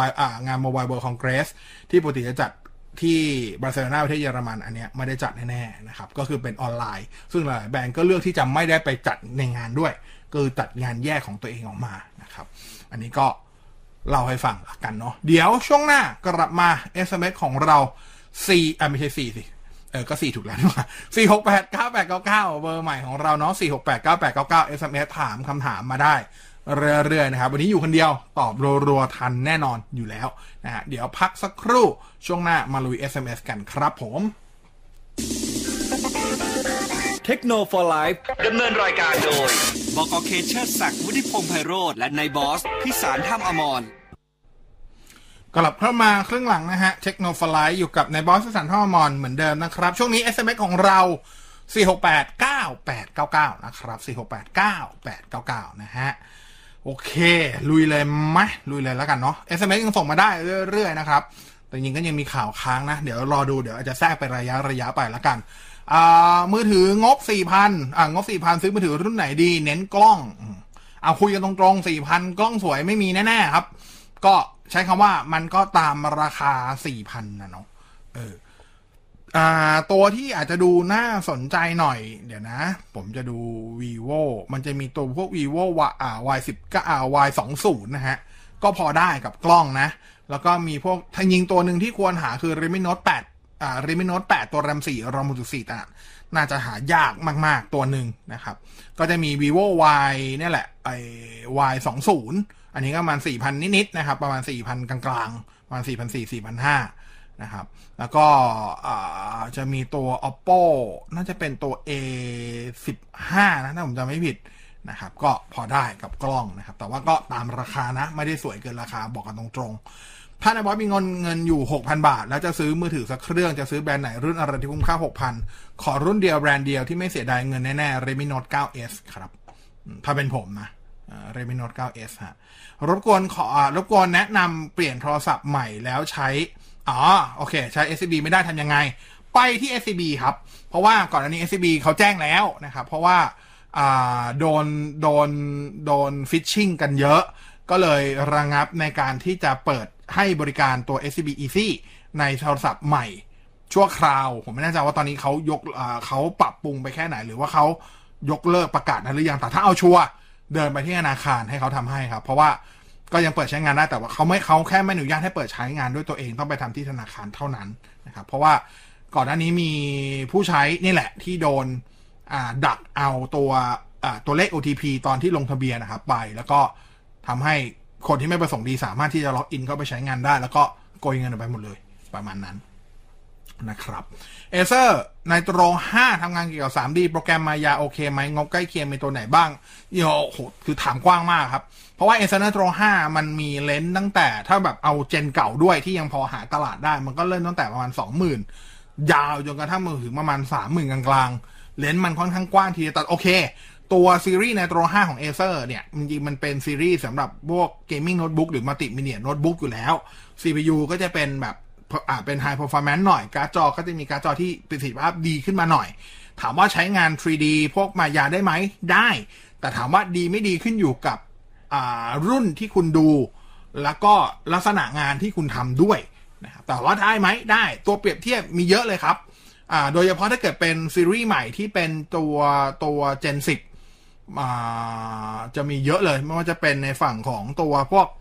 Mobile World Congress ที่ปกติจะจัดที่บาร์เซโลนาประเทศเยอรมันอันเนี้ยไม่ได้จัดแน่ๆนะครับก็คือเป็นออนไลน์ซึ่งหลายแบรนด์ก็เลือกที่จะไม่ได้ไปจัดในงานด้วยคือจัดงานแยกของตัวเองออกมานะครับอันนี้ก็เล่าให้ฟังละกันเนาะเดี๋ยวช่วงหน้ากลับมา SMS ของเราไม่ใช่4สิก็4ถูกแล้วนะ4689899เบอร์ใหม่ของเราเนาะ4689899 SMS ถามคำถามมาได้เรื่อยๆนะครับวันนี้อยู่คนเดียวตอบรัวๆทันแน่นอนอยู่แล้วนะฮะเดี๋ยวพักสักครู่ช่วงหน้ามาลุย SMS กันครับผมเทคโนโลยีไลฟ์ดำเนินรายการโดยบก.เคเชอร์ศักดิ์วุฒิพงษ์ไพโรจน์และนายบอสพิสารถ้ำอมรกลับเข้ามาครึ่งหลังนะฮะเทคโนโลยีอยู่กับนายบอสพิสารถ้ำอมรเหมือนเดิมนะครับช่วงนี้ SMS ของเรา4689899นะครับ4689899นะฮะโอเคลุยเลยแล้วกันเนาะ SMS ยังส่งมาได้เรื่อยๆนะครับแต่จริงก็ยังมีข่าวค้างนะเดี๋ยวรอดูเดี๋ยวอาจจะแทรกไประยะไปแล้วกันมือถืองบ 4,000 งบ 4,000 ซื้อมือถือรุ่นไหนดีเน้นกล้องเอาคุยกันตรงๆ 4,000 กล้องสวยไม่มีแน่ๆครับก็ใช้คำว่ามันก็ตามราคา 4,000 นะเนาะตัวที่อาจจะดูน่าสนใจหน่อยเดี๋ยวนะผมจะดู vivo มันจะมีตัวพวก vivo Y19 Y20 นะฮะก็พอได้กับกล้องนะแล้วก็มีพวกถ้ายิงตัวหนึ่งที่ควรหาคือ Redmi Note 8 Redmi Note 8 ตัว RAM 4 ROM 1.4 แต่น่าจะหายากมากๆตัวหนึ่งนะครับก็จะมี vivo Y นี่แหละY20 อันนี้ก็ประมาณ 4,000 นิดๆนะครับประมาณ 4,000 กลางๆประมาณ 4,400 4,500 นะครับแล้วก็จะมีตัว oppo น่าจะเป็นตัว A15 นะถ้าผมจำไม่ผิดนะครับก็พอได้กับกล้องนะครับแต่ว่าก็ตามราคานะไม่ได้สวยเกินราคาบอกกันตรงๆถ้านายบอสมีเงินอยู่ 6,000 บาทแล้วจะซื้อมือถือสักเครื่องจะซื้อแบรนด์ไหนรุ่นอะไรที่คุ้มค่า 6,000 ขอรุ่นเดียวแบรนด์เดียวที่ไม่เสียดายเงินแน่ๆ Redmi Note 9s ครับถ้าเป็นผมนะRedmi Note 9s ฮะรบกวนแนะนำเปลี่ยนโทรศัพท์ใหม่แล้วใช้โอเคใช้ SCB ไม่ได้ทำยังไงไปที่ SCB ครับเพราะว่าก่อนอันนี้ SCB เขาแจ้งแล้วนะครับเพราะว่าโดนฟิชชิ่งกันเยอะก็เลยระงับในการที่จะเปิดให้บริการตัว SCB Easy ในโทรศัพท์ใหม่ชั่วคราวผมไม่แน่ใจว่าตอนนี้เขาปรับปรุงไปแค่ไหนหรือว่าเขายกเลิกประกาศนั้นหรือยังแต่ถ้าเอาชัวร์เดินไปที่ธนาคารให้เขาทำให้ครับเพราะว่าก็ยังเปิดใช้งานได้แต่ว่าเขาแค่ไม่อนุญาตให้เปิดใช้งานด้วยตัวเองต้องไปทำที่ธนาคารเท่านั้นนะครับเพราะว่าก่อนหน้านี้มีผู้ใช้นี่แหละที่โดนดักเอาตัวเลข OTP ตอนที่ลงทะเบียนนะครับไปแล้วก็ทำให้คนที่ไม่ประสงค์ดีสามารถที่จะล็อกอินเข้าไปใช้งานได้แล้วก็โกยเงินออกไปหมดเลยประมาณนั้นนะครับ Acer Nitro 5 ทำงานเกี่ยวกับ 3D โปรแกรมมายาโอเคไหมงบใกล้เคียงมีตัวไหนบ้างโหคือถามกว้างมากครับเพราะว่า Acer Nitro 5 มันมีเลนส์ตั้งแต่ถ้าแบบเอาเจนเก่าด้วยที่ยังพอหาตลาดได้มันก็เริ่มตั้งแต่ประมาณ 20,000 ยาวจนกระทั่งมาถึงประมาณ 30,000 กลางๆเลนส์มันค่อนข้างกว้างทีเดียวแต่โอเคตัวซีรีส์ Nitro 5 ของ Acer เนี่ยจริงๆมันเป็นซีรีส์สำหรับพวก Gaming Notebook หรือ Multimedia Notebook อยู่แล้ว CPU ก็จะเป็นแบบเป็น High Performance หน่อยการ์ดจอก็จะมีการ์ดจอที่ประสิทธิภาพดีขึ้นมาหน่อยถามว่าใช้งาน 3D พวกมายาได้ไหมได้แต่ถามว่าดีไม่ดีขึ้นอยู่กับรุ่นที่คุณดูแล้วก็ลักษณะงานที่คุณทำด้วยนะครับแต่ว่าได้ไหมได้ตัวเปรียบเทียบมีเยอะเลยครับโดยเฉพาะถ้าเกิดเป็นซีรีส์ใหม่ที่เป็นตัว Gen 10จะมีเยอะเลยไม่ว่าจะเป็นในฝั่งของตัวพวก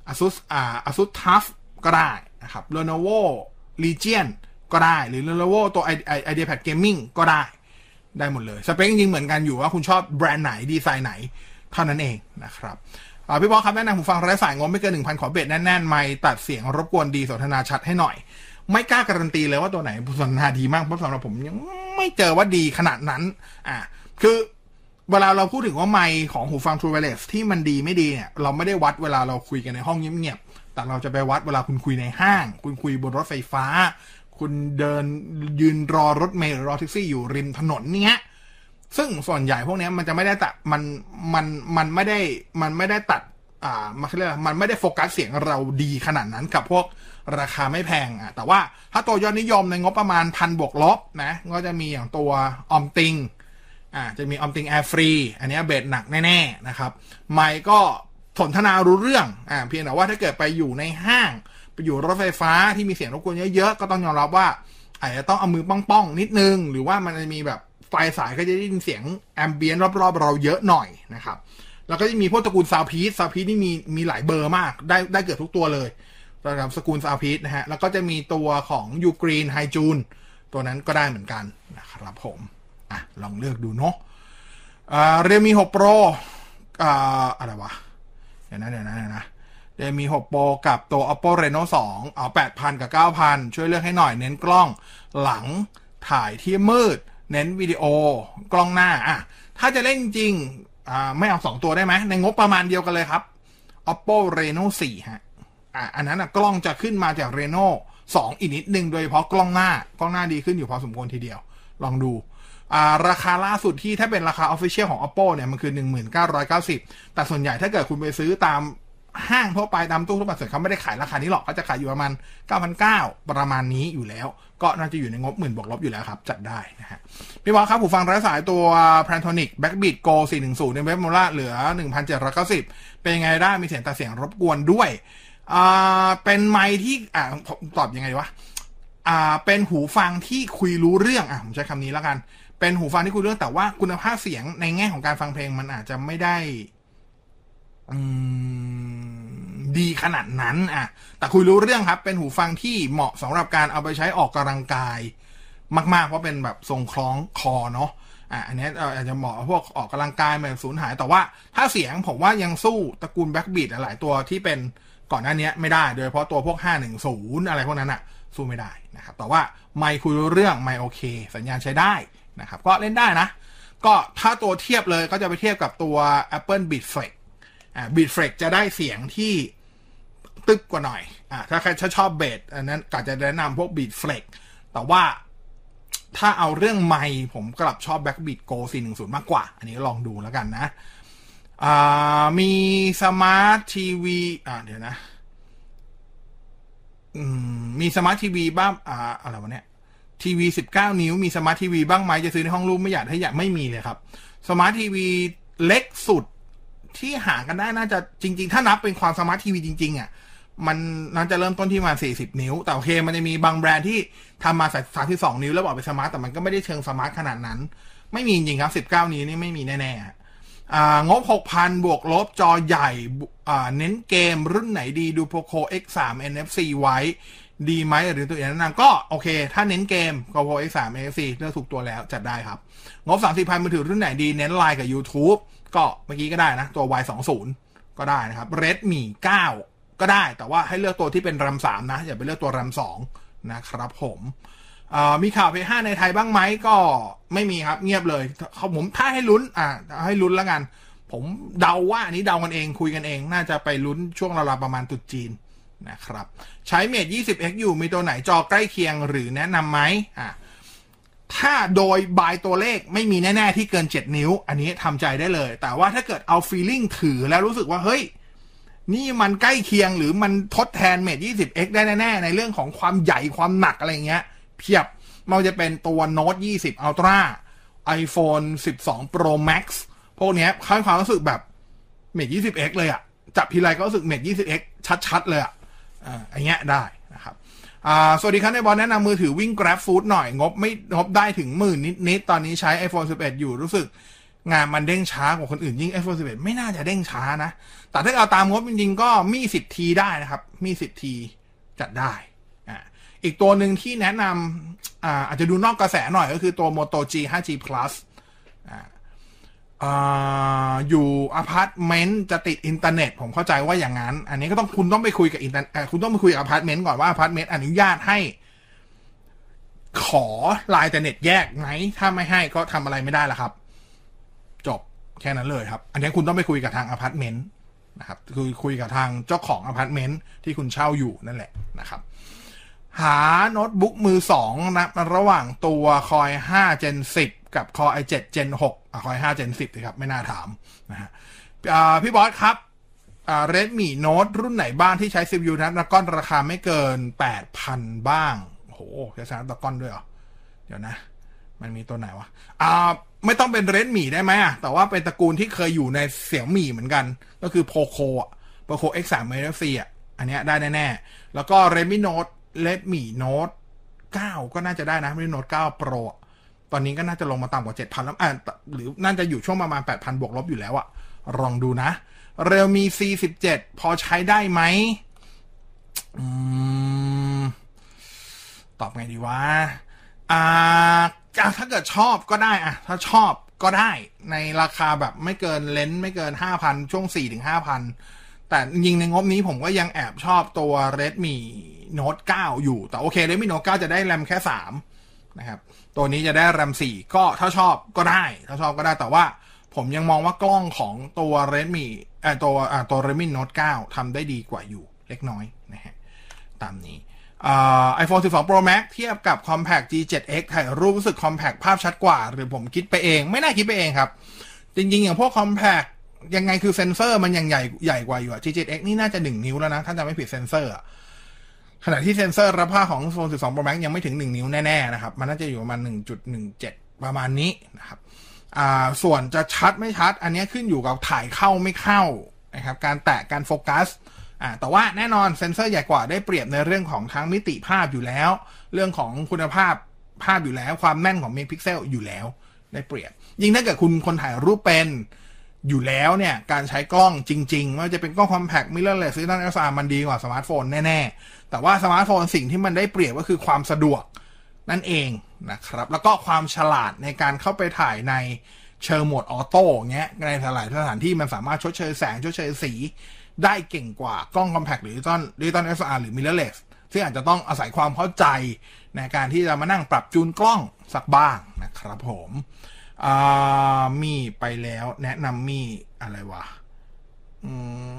ASUS TUF ก็ได้นะครับ Lenovo Legion ก็ได้หรือ Lenovo ตัว IdeaPad Gaming ก็ได้หมดเลยสเปคจริงๆเหมือนกันอยู่ว่าคุณชอบแบรนด์ไหนดีไซน์ไหนเท่านั้นเองนะครับพี่บอสครับแนะนำหูฟังไร้สายงบไม่เกิน 1,000 ขอเบสแน่นๆไมค์ตัดเสียงรบกวนดีสนทนาชัดให้หน่อยไม่กล้าการันตีเลยว่าตัวไหนสนทนาดีมากเพราะสำหรับผมยังไม่เจอว่าดีขนาดนั้นคือเวลาเราพูดถึงว่าไมค์ของหูฟัง True Wireless ที่มันดีไม่ดีเนี่ยเราไม่ได้วัดเวลาเราคุยกันในห้องเงียบๆแต่เราจะไปวัดเวลาคุณคุยในห้างคุณคุยบนรถไฟฟ้าคุณเดินยืนรอรถเมล์หรือรอแท็กซี่อยู่ริมถนนเนี้ยซึ่งส่วนใหญ่พวกนี้มันจะไม่ได้ตัดมันไม่ได้ตัดมันเรียกว่ามันไม่ได้โฟกัสเสียงเราดีขนาดนั้นกับพวกราคาไม่แพงแต่ว่าถ้าตัวยอดนิยมในงบประมาณ 1,000 บวกลบนะก็จะมีอย่างตัวออมติงจะมีออมติงแอร์ฟรีอันนี้เบสหนักแน่ๆนะครับไมค์ก็สนทนารู้เรื่องเพียงแต่ว่าถ้าเกิดไปอยู่ในห้างไปอยู่รถไฟฟ้าที่มีเสียงรบกวนเยอะๆก็ต้องยอมรับว่าอาจจะต้องเอามือป้องๆนิดนึงหรือว่ามันจะมีแบบไฟสายก็จะได้ยินเสียงแอมเบียนรอบๆเราเยอะหน่อยนะครับแล้วก็จะมีพวกตระกูลซาวพีซนี่มีหลายเบอร์มากได้เกือบทุกตัวเลยสำหรับสกุลซาวพีซนะฮะแล้วก็จะมีตัวของยูกรีนไฮจูนตัวนั้นก็ได้เหมือนกันนะครับผมลองเลือกดูเนาะRealme 6 Pro อะไรวะเดี๋ยวนะRealme 6 Pro กับตัว Oppo Reno 2 8,000 กับ 9,000 ช่วยเลือกให้หน่อยเน้นกล้องหลังถ่ายที่มืดเน้นวิดีโอกล้องหน้าถ้าจะเล่นจริงไม่เอา2ตัวได้ไหมในงบประมาณเดียวกันเลยครับ Oppo Reno 4 ฮะอันนั้นกล้องจะขึ้นมาจาก Reno 2 อีกนิดนึงโดยเฉพาะกล้องหน้าดีขึ้นอยู่พอสมควรทีเดียวลองดูราคาล่าสุดที่ถ้าเป็นราคา Official ของ Oppo เนี่ยมันคือ 1990 แต่ส่วนใหญ่ถ้าเกิดคุณไปซื้อตามห้างทั่วไปตามตู้ทั่วไปเขาไม่ได้ขายราคานี้หรอกเขาจะขายอยู่ประมาณ 9,900 ประมาณนี้อยู่แล้วก็น่าจะอยู่ในงบ10,000 บวกลบอยู่แล้วครับจัดได้นะฮะพี่บอกครับหูฟังไร้สายตัว Pantonic Backbeat Go 410 ในเว็บมูล่าเหลือ 1,790 เป็นยังไงได้มีเสียงแต่เสียงรบกวนด้วยเป็นไมค์ที่ตอบยังไงวะเป็นหูฟังที่คุยรู้เรื่องผมใช้คำนี้แล้วกันเป็นหูฟังที่คุยเรื่องแต่ว่าคุณภาพเสียงในแง่ของการฟังเพลงมันอาจจะไม่ได้ดีขนาดนั้นแต่คุยรู้เรื่องครับเป็นหูฟังที่เหมาะสำหรับการเอาไปใช้ออกกำลังกายมากๆเพราะเป็นแบบทรงคล้องคอเนาะอันนี้อาจจะเหมาะพวกออกกำลังกายแบบสูญหายแต่ว่าถ้าเสียงผมว่ายังสู้ตระกูลแบ็คบีทหลายตัวที่เป็นก่อนหน้านี้ไม่ได้โดยเฉพาะตัวพวก510อะไรพวกนั้นสู้ไม่ได้นะครับแต่ว่าไมค์คุยรู้เรื่องไมค์โอเคสัญญาณใช้ได้นะครับก็เล่นได้นะก็ถ้าตัวเทียบเลยก็จะไปเทียบกับตัว Apple Beatflex Beatflex จะได้เสียงที่ตึ๊บกว่าหน่อยถ้าใครชอบเบสอันนั้นก็จะแนะนำพวกบีทเฟล็กแต่ว่าถ้าเอาเรื่องไมค์ผมกลับชอบ Backbeat Go 410 มากกว่าอันนี้ลองดูแล้วกันนะมีสมาร์ททีวีเดี๋ยวนะมีสมาร์ททีวีบ้างอะไรวะเนี่ยทีวี19 นิ้วมีสมาร์ททีวีบ้างไหมจะซื้อในห้องรูมไม่อยากไม่มีเลยครับสมาร์ททีวีเล็กสุดที่หากันได้น่าจะจริงๆถ้านับเป็นความสมาร์ททีวีจริงๆมันน่าจะเริ่มต้นที่มา40 นิ้วแต่โอเคมันจะมีบางแบรนด์ที่ทำมาใส่32 นิ้วแล้วบอกเป็นสมาร์ทแต่มันก็ไม่ได้เชิงสมาร์ทขนาดนั้นไม่มีจริงครับ19 นิ้วนี่ไม่มีแน่ๆงบ 6,000 บวกลบจอใหญ่เน้นเกมรุ่นไหนดีดู Poco X3 NFC ไว้ดีไหมหรือตัวอย่างนั้นก็โอเคถ้าเน้นเกม Poco X3 NFC เลือกถูกตัวแล้วจัดได้ครับงบ 30,000 มือถือรุ่นไหนดีเน้นไลน์กับ YouTube ก็เมื่อกี้ก็ได้นะตัว Y20 ก็ได้นะครับ Redmi 9 ก็ได้แต่ว่าให้เลือกตัวที่เป็น RAM 3นะอย่าไปเลือกตัว RAM 2นะครับผมมีข่าว P5 ในไทยบ้างไหมก็ไม่มีครับเงียบเลยผมถ้าให้ลุ้นให้ลุ้นแล้วกันผมเดาว่าอันนี้เดากันเองคุยกันเองน่าจะไปลุ้นช่วงราวๆประมาณตรุษจีนนะครับใช้ Mate 20X อยู่มีตัวไหนจอใกล้เคียงหรือแนะนำไหมถ้าโดยบายตัวเลขไม่มีแน่ๆที่เกิน7 นิ้วอันนี้ทำใจได้เลยแต่ว่าถ้าเกิดเอา feeling ถือแล้วรู้สึกว่าเฮ้ยนี่มันใกล้เคียงหรือมันทดแทน Mate 20X ได้แน่ๆในเรื่องของความใหญ่ความหนักอะไรเงี้ยเพียบมันจะเป็นตัว Note 20 Ultra iPhone 12 Pro Max พวกนี้ให้ความรู้สึกแบบ Mate 20X เลยจับทีไรก็รู้สึก Mate 20X ชัดๆเลยอย่างเงี้ยได้นะครับสวัสดีครับในบอลแนะนำมือถือวิ่ง Grab Food หน่อยงบได้ถึง10,000นิดๆตอนนี้ใช้ iPhone 11 อยู่รู้สึกงานมันเด้งช้ากว่าคนอื่นยิ่ง iPhone 11 ไม่น่าจะเด้งช้านะแต่ถ้าเอาตามงบจริงๆก็มี 10T ได้นะครับมี 10T จัดได้อีกตัวหนึ่งที่แนะนำอาจจะดูนอกกระแสหน่อยก็คือตัว Moto G 5G Plus อยู่อพาร์ตเมนต์จะติดอินเทอร์เน็ตผมเข้าใจว่าอย่างนั้นอันนี้ก็ต้องคุณต้องไปคุยกับคุณต้องไปคุยกับอพาร์ตเมนต์ก่อนว่าอพาร์ตเมนต์อนุญาตให้ขอไลน์อินเทอร์เน็ตแยกไหมถ้าไม่ให้ก็ทำอะไรไม่ได้ละครับจบแค่นั้นเลยครับอันนี้คุณต้องไปคุยกับทางอพาร์ตเมนต์นะครับคือคุยกับทางเจ้าของอพาร์ตเมนต์ที่คุณเช่าอยู่นั่นแหละนะครับหาโน้ตบุ๊กมือ2นะระหว่างตัว Core i5 Gen 10 กับ Core i7 Gen 6 Core i5 Gen 10สิครับไม่น่าถามนะฮะพี่บอสครับRedmi Note รุ่นไหนบ้างที่ใช้ CPU Snapdragon ราคาไม่เกิน 8,000 บ้างโอ้โหใช้ Snapdragon ด้วยเหรอเดี๋ยวนะมันมีตัวไหนวะไม่ต้องเป็น Redmi ได้ไหมแต่ว่าเป็นตระกูลที่เคยอยู่ในเสี่ยมี่เหมือนกันก็คือ Poco X3 NFC อันนี้ได้แน่ๆแล้วก็ Redmi Note 9 ก็น่าจะได้นะ Redmi Note 9 Pro ตอนนี้ก็น่าจะลงมาต่ำกว่า 7,000 แล้วหรือน่าจะอยู่ช่วงประมาณ 8,000 บวกลบอยู่แล้วลองดูนะ Realme C17 พอใช้ได้ไหมตอบไงดีวะถ้าเกิดชอบก็ได้ถ้าชอบก็ได้ในราคาแบบไม่เกินเลนส์ไม่เกิน 5,000 ช่วง 4-5,000 แต่จริงในงบนี้ผมก็ยังแอบชอบตัว Redmi Note 9 อยู่แต่โอเค Redmi Note 9 จะได้แรมแค่3นะครับตัวนี้จะได้แรม4ก็ถ้าชอบก็ได้แต่ว่าผมยังมองว่ากล้องของตัว Redmi ตัว Redmi Note 9 ทำได้ดีกว่าอยู่เล็กน้อยนะฮะตามนี้iPhone 12 Pro Max เทียบกับ Compact G7X ถ่ายรูปรู้สึก Compact ภาพชัดกว่าหรือผมคิดไปเองไม่น่าคิดไปเองครับจริงๆอย่างพวก Compact ยังไงคือเซนเซอร์มันยังใหญ่กว่าอยู่G7X นี่น่าจะ1 นิ้วแล้วนะถ้าจะไม่ผิดเซนเซอร์ขณะที่เซนเซอร์รับภาพของ iPhone 12 Pro Max ยังไม่ถึง1 นิ้วแน่ๆนะครับมันน่าจะอยู่ประมาณ 1.17 ประมาณนี้นะครับส่วนจะชัดไม่ชัดอันนี้ขึ้นอยู่กับถ่ายเข้าไม่เข้านะครับการแตะการโฟกัสแต่ว่าแน่นอนเซนเซอร์ใหญ่กว่าได้เปรียบในเรื่องของทั้งมิติภาพอยู่แล้วเรื่องของคุณภาพภาพอยู่แล้วความแม่นของเมกะพิกเซลอยู่แล้วได้เปรียบยิ่งถ้าเกิดคุณคนถ่ายรูปเป็นอยู่แล้วเนี่ยการใช้กล้องจริงๆไม่ว่าจะเป็นกล้อง Compact Mirrorless หรือ SLR มันดีกว่าสมาร์ทโฟนแน่ๆแต่ว่าสมาร์ทโฟนสิ่งที่มันได้เปรียบก็คือความสะดวกนั่นเองนะครับแล้วก็ความฉลาดในการเข้าไปถ่ายในเชิงโหมดออโต้เงี้ยในหลายสถานที่มันสามารถชดเชยแสงชดเชยสีได้เก่งกว่ากล้อง Compact หรือดิจิตอล SLR หรือ Mirrorless ซึ่งอาจจะต้องอาศัยความเข้าใจในการที่จะมานั่งปรับจูนกล้องสักบ้างนะครับผมมีไปแล้วแนะนำมีอะไรวะ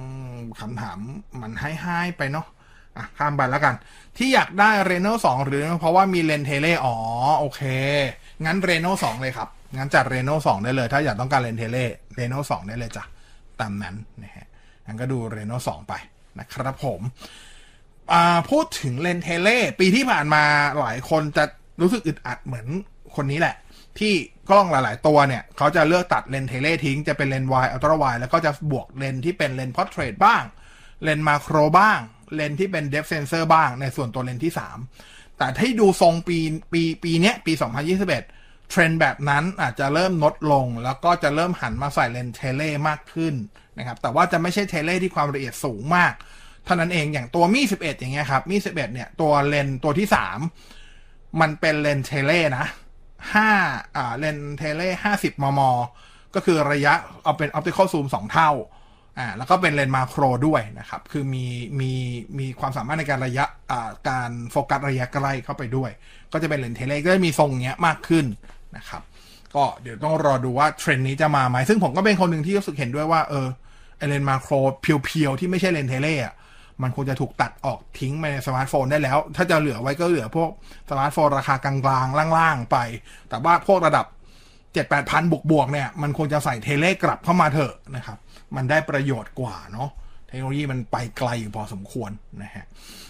คำถามมันให้ไปเนาะข้ามไปแล้วกันที่อยากได้ Reno 2 หรือเพราะว่ามีเลนส์เทเลโอเคงั้น Reno 2 เลยครับงั้นจัด Reno 2 ได้เลยถ้าอยากต้องการเลนส์เทเล Reno 2 ได้เลยจ้ะตามนั้นนะฮะงั้นก็ดู Reno 2 ไปนะครับผมพูดถึงเลนส์เทเลปีที่ผ่านมาหลายคนจะรู้สึกอึดอัดเหมือนคนนี้แหละที่กล้องหลายๆตัวเนี่ยเขาจะเลือกตัดเลนส์เทเลทิ้งจะเป็นเลนส์ wide ultra wide แล้วก็จะบวกเลนส์ที่เป็นเลนส์ portrait บ้างเลนส์มาโครบ้างเลนส์ที่เป็น depth sensor บ้างในส่วนตัวเลนส์ที่3แต่ที่ดูทรงปีเนี้ยปี2021เทรนด์แบบนั้นอาจจะเริ่มลดลงแล้วก็จะเริ่มหันมาใส่เลนส์เทเลมากขึ้นนะครับแต่ว่าจะไม่ใช่เทเลที่ความละเอียดสูงมากเท่านั้นเองอย่างตัวมี่11อย่างเงี้ยครับมี่11เนี่ยตัวเลนส์ตัวที่3มันเป็นเลนส์เทเลนะเลนส์เทเล50 มม.ก็คือระยะเอาเป็น optical zoom 2 เท่าแล้วก็เป็นเลนส์มาโครด้วยนะครับคือมีความสามารถในการการโฟกัสระยะใกล้เข้าไปด้วยก็จะเป็นเลนส์เทเลก็จะมีทรงเนี้ยมากขึ้นนะครับก็เดี๋ยวต้องรอดูว่าเทรนด์นี้จะมาไหมซึ่งผมก็เป็นคนหนึ่งที่รู้สึกเห็นด้วยว่าไอเลนส์มาโครเพียวๆที่ไม่ใช่เลนส์เทเลมันควรจะถูกตัดออกทิ้งไปในสมาร์ทโฟนได้แล้วถ้าจะเหลือไว้ก็เหลือพวกสมาร์ทโฟนราคากลางๆล่างๆไปแต่ว่าพวกระดับ 7-8 พันบวกเนี่ยมันควรจะใส่เทเลกลับเข้ามาเถอะนะครับมันได้ประโยชน์กว่าเนาะเทคโนโลยีมันไปไกลอยู่พอสมควรนะฮะ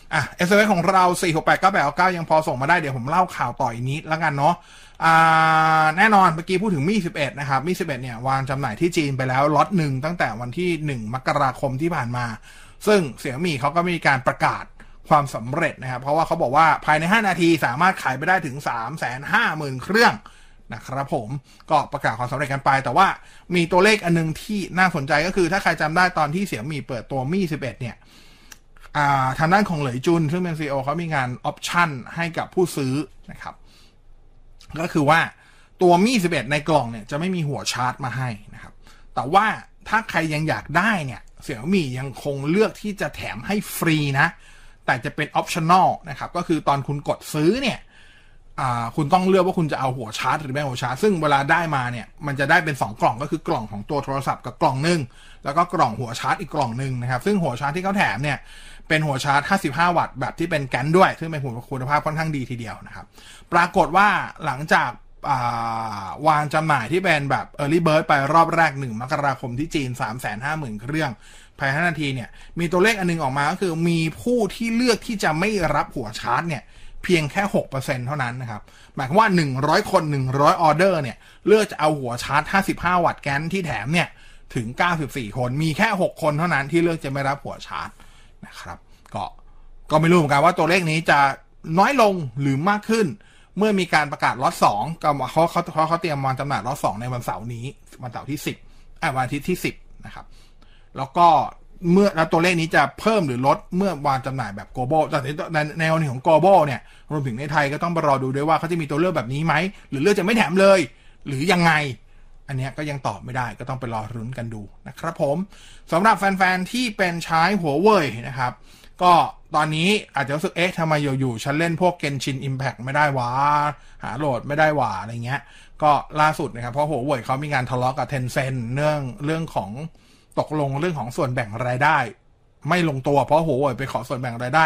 SMS ของเรา4689899ยังพอส่งมาได้เดี๋ยวผมเล่าข่าวต่ออีกนิดแล้วกันเนาะแน่นอนเมื่อกี้พูดถึงมี่11นะครับมี่11เนี่ยวางจำหน่ายที่จีนไปแล้วล็อตหนึ่งตั้งแต่วันที่1 มกราคมที่ผ่านมาซึ่งเสี่ยมี่เขาก็มีการประกาศความสำเร็จนะครับเพราะว่าเขาบอกว่าภายใน5 นาทีสามารถขายไปได้ถึง 350,000 เครื่องนะครับผมก็ประกาศความสำเร็จกันไปแต่ว่ามีตัวเลขอันนึงที่น่าสนใจก็คือถ้าใครจำได้ตอนที่เสี่ยมี่เปิดตัวมี่11เนี่ยทางด้านของเหลยจุนซึ่งเป็น CEO เขามีงานออปชั่นให้กับผู้ซื้อนะครับก็คือว่าตัวมี่11ในกล่องเนี่ยจะไม่มีหัวชาร์จมาให้นะครับแต่ว่าถ้าใครยังอยากได้เนี่ยเสี่ยมี่ยังคงเลือกที่จะแถมให้ฟรีนะแต่จะเป็นออปชั่นอลนะครับก็คือตอนคุณกดซื้อเนี่ยคุณต้องเลือกว่าคุณจะเอาหัวชาร์จหรือไม่หัวชาร์จซึ่งเวลาได้มาเนี่ยมันจะได้เป็น2 กล่องก็คือกล่องของตัวโทรศัพท์กับกล่องนึงแล้วก็กล่องหัวชาร์จอีกกล่องนึงนะครับซึ่งหัวชาร์จที่เขาแถมเนี่ยเป็นหัวชาร์จ55 วัตต์แบบที่เป็นแกนด้วยซึ่งเป็นคุณภาพค่อนข้างดีทีเดียวนะครับปรากฏว่าหลังจากวางจำหน่ายที่เป็นแบบ Early Bird ไปรอบแรก1 มกราคมที่จีน 350,000 เครื่องภายใน5 นาทีเนี่ยมีตัวเลขอันนึงออกมาก็คือมีผู้ที่เลือกที่จะไม่รับหัวชาร์จเนี่ยเพียงแค่ 6% เท่านั้นนะครับหมายความว่า100 คน100ออเดอร์เนี่ยเลือกจะเอาหัวชาร์จ55 วัตต์แกนที่แถมเนี่ยถึง94 คนมีแค่6 คนเท่านั้นที่เลือกจะไม่รับหัวชาร์จนะครับก็ไม่รู้เหมือนกันว่าตัวเลขนี้จะน้อยลงหรือมากขึ้นเมื่อมีการประกาศล็อต2ก็เขาเตรียมวางจำหน่ายล็อต2ในวันเสาร์นี้วันเสาร์ที่10วันอาทิตย์ที่10นะครับแล้วก็แล้วตัวเลขนี้จะเพิ่มหรือลดเมื่อวางจำหน่ายแบบ global แต่ในแนวของ global เนี่ยรวมถึงในไทยก็ต้องไปรอดูด้วยว่าเขาจะมีตัวเลือกแบบนี้ไหมหรือเลือกจะไม่แถมเลยหรือยังไงอันนี้ก็ยังตอบไม่ได้ก็ต้องไปรอรุ้นกันดูนะครับผมสำหรับแฟนๆที่เป็นใช้หัวเว่ยนะครับก็ตอนนี้อาจจะรู้สึกทำไมอยู่ฉันเล่นพวก Genshin Impact ไม่ได้วะหาโหลดไม่ได้วะอะไรเงี้ยก็ล่าสุดนะครับเพราะหัวเว่ยเขามีการทะเลาะกับ Tencent เรื่องของตกลงเรื่องของส่วนแบ่งรายได้ไม่ลงตัวเพราะหัวเว่ยไปขอส่วนแบ่งรายได้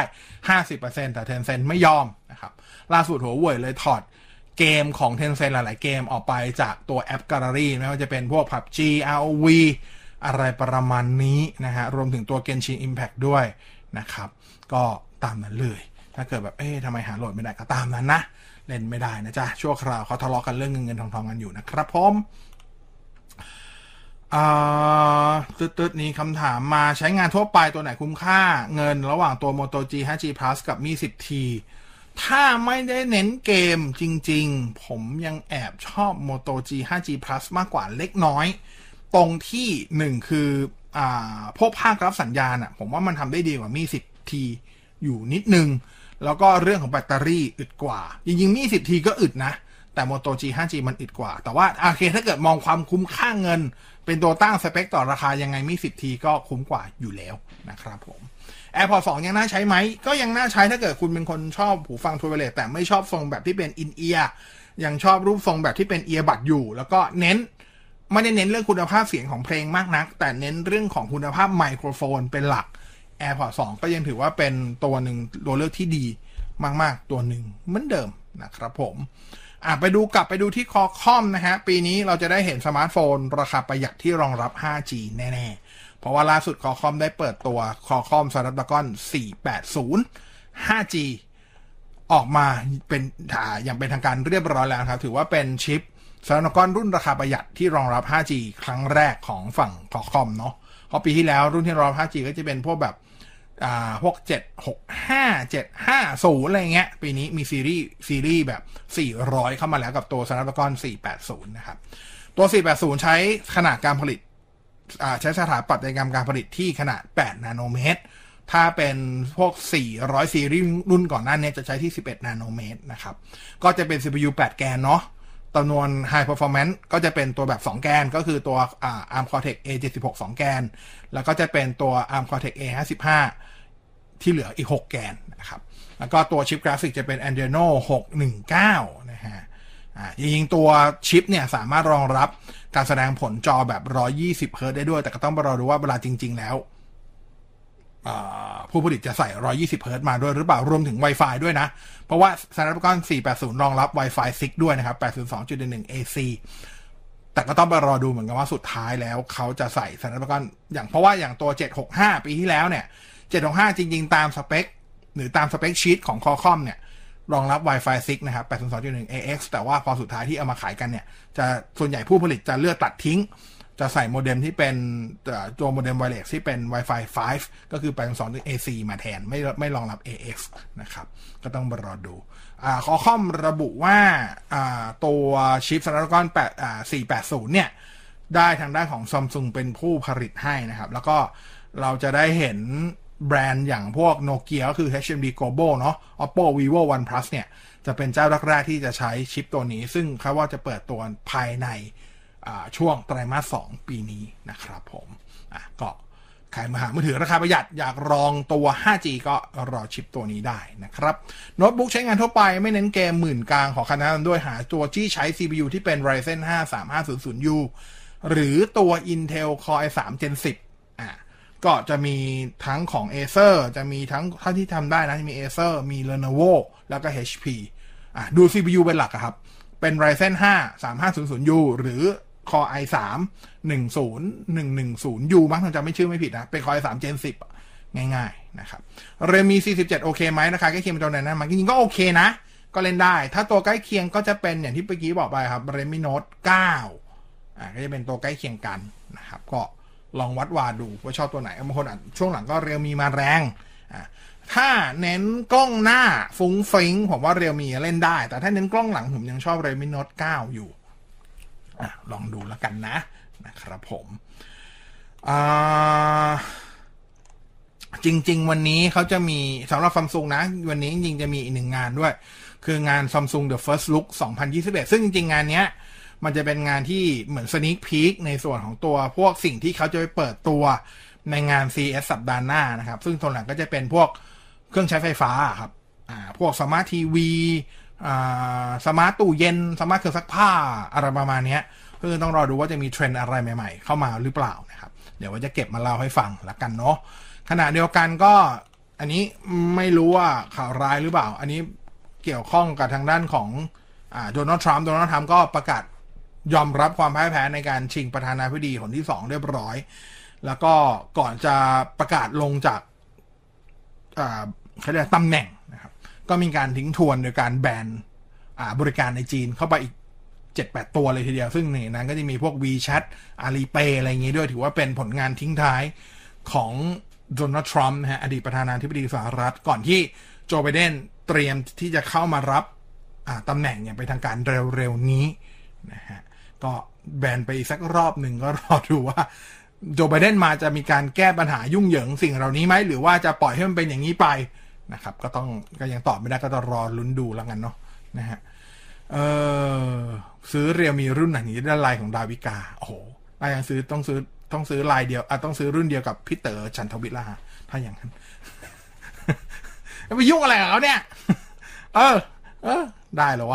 50% แต่ Tencent ไม่ยอมนะครับล่าสุดหัวเว่ยเลยถอดเกมของ Tencent หลายๆเกมออกไปจากตัวแอป Gallery ไม่ว่าจะเป็นพวก PUBG ROV อะไรประมาณนี้นะฮะรวมถึงตัว Genshin Impact ด้วยนะครับก็ตามนั้นเลยถ้าเกิดแบบทำไมหาโหลดไม่ได้ก็ตามนั้นนะเล่นไม่ได้นะจ๊ะชั่วคราวเขาทะเลาะกันเรื่องเงินทองกันอยู่นะครับผมตืดนี้คำถามมาใช้งานทั่วไปตัวไหนคุ้มค่าเงินระหว่างตัว Moto G 5G Plus กับMi 10T ถ้าไม่ได้เน้นเกมจริงๆผมยังแอบชอบ Moto G 5G Plus มากกว่าเล็กน้อยตรงที่1คือพวกภาครับสัญญาณผมว่ามันทำได้ดีกว่าMi 10T อยู่นิดนึงแล้วก็เรื่องของแบตเตอรี่อึดกว่าจริงๆMi 10T ก็อึดนะแต่ Moto G 5G มันอึดกว่าแต่ว่าโอเคถ้าเกิดมองความคุ้มค่าเงินเป็นตัวตั้งสเปคต่อราคายังไงMi 10T ก็คุ้มกว่าอยู่แล้วนะครับผม AirPods 2ยังน่าใช้ไหมก็ยังน่าใช้ถ้าเกิดคุณเป็นคนชอบหูฟังทูเวเลสแต่ไม่ชอบทรงแบบที่เป็นอินเอียร์ยังชอบรูปทรงแบบที่เป็นเอียร์บัดอยู่แล้วก็เน้นไม่ได้เน้นเรื่องคุณภาพเสียงของเพลงมากนักแต่เน้นเรื่องของคุณภาพไมโครโฟนเป็นหลัก AirPods 2 ก็ยังถือว่าเป็นตัวหนึ่งตัวเลือกที่ดีมากๆตัวหนึ่งเหมือนเดิมนะครับผมกลับไปดูที่ Qualcomm นะฮะปีนี้เราจะได้เห็นสมาร์ทโฟนราคาประหยัดที่รองรับ 5G แน่ๆเพราะว่าล่าสุด Qualcomm ได้เปิดตัว Qualcomm Snapdragon 480 5G ออกมาเป็นอย่างเป็นทางการเรียบร้อยแล้วครับถือว่าเป็นชิป Snapdragon รุ่นราคาประหยัดที่รองรับ 5G ครั้งแรกของฝั่ง Qualcomm เนาะเพราะปีที่แล้วรุ่นที่รองรับ 5G ก็จะเป็นพวกแบบพวก765 750อะไรเงี้ยปีนี้มีซีรีส์แบบ400เข้ามาแล้วกับตัว Snapdragon 480นะครับตัว480ใช้ขนาดการผลิตใช้สถาปัตยกรรมการผลิตที่ขนาด8นาโนเมตรถ้าเป็นพวก400ซีรีส์รุ่นก่อนหน้านี้จะใช้ที่11นาโนเมตรนะครับก็จะเป็น CPU 8 แกนเนาะจำนวน High Performance ก็จะเป็นตัวแบบ2แกนก็คือตัวARM Cortex A76 2แกนแล้วก็จะเป็นตัว ARM Cortex A55 ที่เหลืออีก6แกนนะครับแล้วก็ตัวชิปกราฟิกจะเป็น Adreno 619นะฮะจริงๆตัวชิปเนี่ยสามารถรองรับการแสดงผลจอแบบ120 Hz ได้ด้วยแต่ก็ต้องรอดูว่าเวลาจริงๆแล้วผู้ผลิตจะใส่120 Hz มาด้วยหรือเปล่ารวมถึง Wi-Fi ด้วยนะเพราะว่า Snapdragon 480 รองรับ Wi-Fi 6 ด้วยนะครับ 802.11 AC แต่ก็ต้องไปรอดูเหมือนกันว่าสุดท้ายแล้วเขาจะใส่ Snapdragon เพราะว่าอย่างตัว765ปีที่แล้วเนี่ย765จริงๆตามสเปคหรือตามสเปคชีทของ Qualcomm เนี่ยรองรับ Wi-Fi 6 นะครับ 802.11 AX แต่ว่าพอสุดท้ายที่เอามาขายกันเนี่ยจะส่วนใหญ่ผู้ผลิตจะเลือกตัดทิ้งจะใส่โมเด็มที่เป็นตัวโมเด็มไวเลสที่เป็น Wi-Fi 5 ก็คือ 802.11 AC มาแทนไม่รองรับ AX นะครับก็ต้องรอดูQualcomm ระบุว่าตัวชิป Snapdragon 480เนี่ยได้ทางด้านของ Samsung เป็นผู้ผลิตให้นะครับแล้วก็เราจะได้เห็นแบรนด์อย่างพวก Nokia ก็คือ HMD Global เนาะ Oppo Vivo OnePlus เนี่ยจะเป็นเจ้าแรกๆที่จะใช้ชิปตัวนี้ซึ่งคาดว่าจะเปิดตัวภายในช่วงไตรมาส 2 ปีนี้นะครับผมก็ใครมาหามือถือราคาประหยัดอยากลองตัว 5G ก็รอชิปตัวนี้ได้นะครับโน้ตบุ๊กใช้งานทั่วไปไม่เน้นเกมหมื่นกลางขอคณะนั้นด้วยหาตัวที่ใช้ CPU ที่เป็น Ryzen 5 3500U หรือตัว Intel Core i3 Gen 10ก็จะมีทั้งของ Acer จะมีทั้งเท่าที่ทำได้นะมี Acer มี Lenovo แล้วก็ HP ดู CPU เป็นหลักครับเป็น Ryzen 5 3500U หรือ Core i3 10110U มั้งถ้าจำไม่ชื่อไม่ผิดนะเป็น Core i3 Gen 10ง่ายๆนะครับ Redmi C17 โอเคไหมนะคะใกล้เคียงเป็นตัวไหนนะมันจริงๆก็โอเคนะก็เล่นได้ถ้าตัวใกล้เคียงก็จะเป็นอย่างที่เมื่อกี้บอกไปครับ Redmi Note 9ก็จะเป็นตัวใกล้เคียงกันนะครับก็ลองวัดวาดูว่าชอบตัวไหนบางคนช่วงหลังก็เรียวมีมาแรงถ้าเน้นกล้องหน้าฟุ้งฟิ้งผมว่าเรียวมีเล่นได้แต่ถ้าเน้นกล้องหลังผมยังชอบ Redmi Note 9 อยู่ลองดูแล้วกันนะครับผมจริงๆวันนี้เขาจะมีสำหรับ Samsung นะวันนี้จริงๆจะมีอีกหนึ่งงานด้วยคืองาน Samsung The First Look 2021ซึ่งจริงๆงานเนี้ยมันจะเป็นงานที่เหมือน sneak peek ในส่วนของตัวพวกสิ่งที่เขาจะไปเปิดตัวในงาน CES สัปดาห์หน้านะครับซึ่งตรงหลังก็จะเป็นพวกเครื่องใช้ไฟฟ้าครับพวกสมาร์ททีวีสมาร์ตตู้เย็นสมาร์ทเครื่องซักผ้าอะไรประมาณนี้เพื่อต้องรอดูว่าจะมีเทรนด์อะไรใหม่ๆเข้ามาหรือเปล่านะครับเดี๋ยวว่าจะเก็บมาเล่าให้ฟังละกันเนาะขณะเดียวกันก็อันนี้ไม่รู้ว่าข่าวร้ายหรือเปล่าอันนี้เกี่ยวข้องกับทางด้านของโดนัลด์ทรัมป์ก็ประกาศยอมรับความพ่ายแพ้ในการชิงประธานาธิบดีคนที่2เรียบร้อยแล้วก็ก่อนจะประกาศลงจากเขาเรียกตำแหน่งนะครับก็มีการทิ้งทวนโดยการแบนบริการในจีนเข้าไปอีก 7-8 ตัวเลยทีเดียวซึ่งในนั้นก็จะมีพวก WeChat Alipay อะไรอย่างงี้ด้วยถือว่าเป็นผลงานทิ้งท้ายของโดนัลด์ทรัมป์นะฮะอดีตประธานาธิบดีสหรัฐก่อนที่โจไบเดนเตรียมที่จะเข้ามารับตำแหน่งอย่างเป็นทางการเร็วๆนี้นะฮะก็แบนไปอีกสักรอบหนึ่งก็รอดูว่าโจไบเดนมาจะมีการแก้ปัญหายุ่งเหยิงสิ่งเหล่านี้ไหมหรือว่าจะปล่อยให้มันเป็นอย่างนี้ไปนะครับก็ยังตอบไม่ได้ก็ต้องรอลุ้นดูแล้วกันเนาะนะฮะซื้อเรียวมีรุ่นไหนนี้ได้ลายของดาวิกาโอ้โหยังซื้อต้องซื้อลายเดียวต้องซื้อรุ่นเดียวกับพี่เต๋อฉันทวิทย์ละถ้าอย่างนั้น ไปยุ่งอะไรกับเขาเนี่ยได้เหรอวะ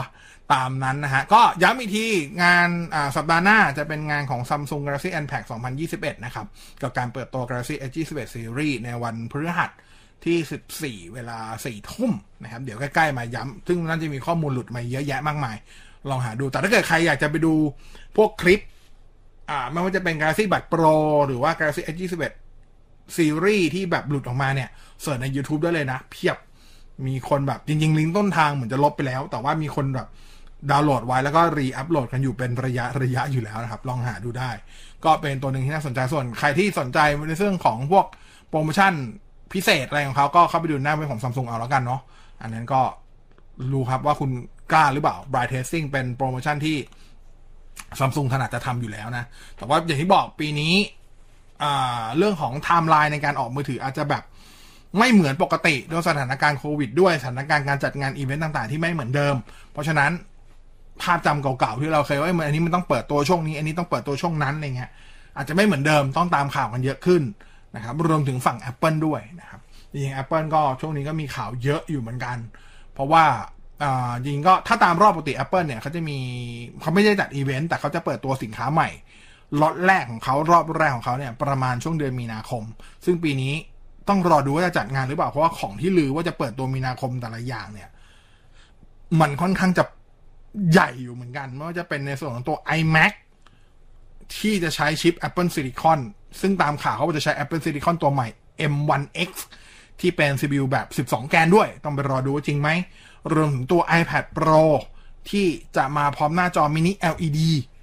ตามนั้นนะฮะก็ย้ำอีกทีงานสัปดาห์หน้าจะเป็นงานของ Samsung Galaxy Unpacked 2021 นะครับกับการเปิดตัว Galaxy S21 Series ในวันพฤหัสที่14เวลา 4 ทุ่มนะครับเดี๋ยวใกล้ๆมาย้ำซึ่งน่าจะมีข้อมูลหลุดมาเยอะแยะมากมายลองหาดูแต่ถ้าเกิดใครอยากจะไปดูพวกคลิปไม่ว่าจะเป็น Galaxy Buds Pro หรือว่า Galaxy S21 Series ที่แบบหลุดออกมาเนี่ยเสิร์ชใน YouTube ได้เลยนะเพียบมีคนแบบจริงๆลิงก์ต้นทางเหมือนจะลบไปแล้วแต่ว่ามีคนแบบดาวน์โหลดไว้แล้วก็รีอัพโหลดกันอยู่เป็นระยะอยู่แล้วนะครับลองหาดูได้ก็เป็นตัวหนึ่งที่น่าสนใจส่วนใครที่สนใจในเรื่องของพวกโปรโมชั่นพิเศษอะไรของเขาก็เข้าไปดูหน้าเว็บของ Samsung เอาแล้วกันเนาะอันนั้นก็รู้ครับว่าคุณกล้าหรือเปล่า Bright Testing เป็นโปรโมชั่นที่ Samsung ถนัดจะทำอยู่แล้วนะแต่ว่าอย่างที่บอกปีนี้เรื่องของไทม์ไลน์ในการออกมือถืออาจจะแบบไม่เหมือนปกติด้วยสถานการณ์โควิดด้วยสถานการณ์การจัดงานอีเวนต์ต่างๆที่ไม่เหมือนเดิมเพราะฉะนั้นภาพจำเก่าๆที่เราเคยว่าอันนี้มันต้องเปิดตัวช่วงนี้อันนี้ต้องเปิดตัวช่วงนั้นอะไรเงี้ยอาจจะไม่เหมือนเดิมต้องตามข่าวกันเยอะขึ้นนะครับรวมถึงฝั่ง Apple ด้วยนะครับจริงๆ Apple ก็ช่วงนี้ก็มีข่าวเยอะอยู่เหมือนกันเพราะว่าจริงก็ถ้าตามรอบปกติ Apple เนี่ยเขาไม่ได้จัดอีเวนต์แต่เขาจะเปิดตัวสินค้าใหม่ล็อตแรกของเขารอบแรกของเขาเนี่ยประมาณช่วงเดือนมีนาคมซึ่งปีนี้ต้องรอดูว่าจะจัดงานหรือเปล่าเพราะว่าของที่ลือว่าจะเปิดตัวมีนาคมแต่ละอย่างเนี่ยมันค่อนข้างจะใหญ่อยู่เหมือนกันไม่ว่าจะเป็นในส่วนของตัว iMac ที่จะใช้ชิป Apple Silicon ซึ่งตามข่าวเขาจะใช้ Apple Silicon ตัวใหม่ M1X ที่เป็น CPU แบบ12แกนด้วยต้องไปรอดูว่าจริงไหมรวมถึงตัว iPad Pro ที่จะมาพร้อมหน้าจอ Mini LED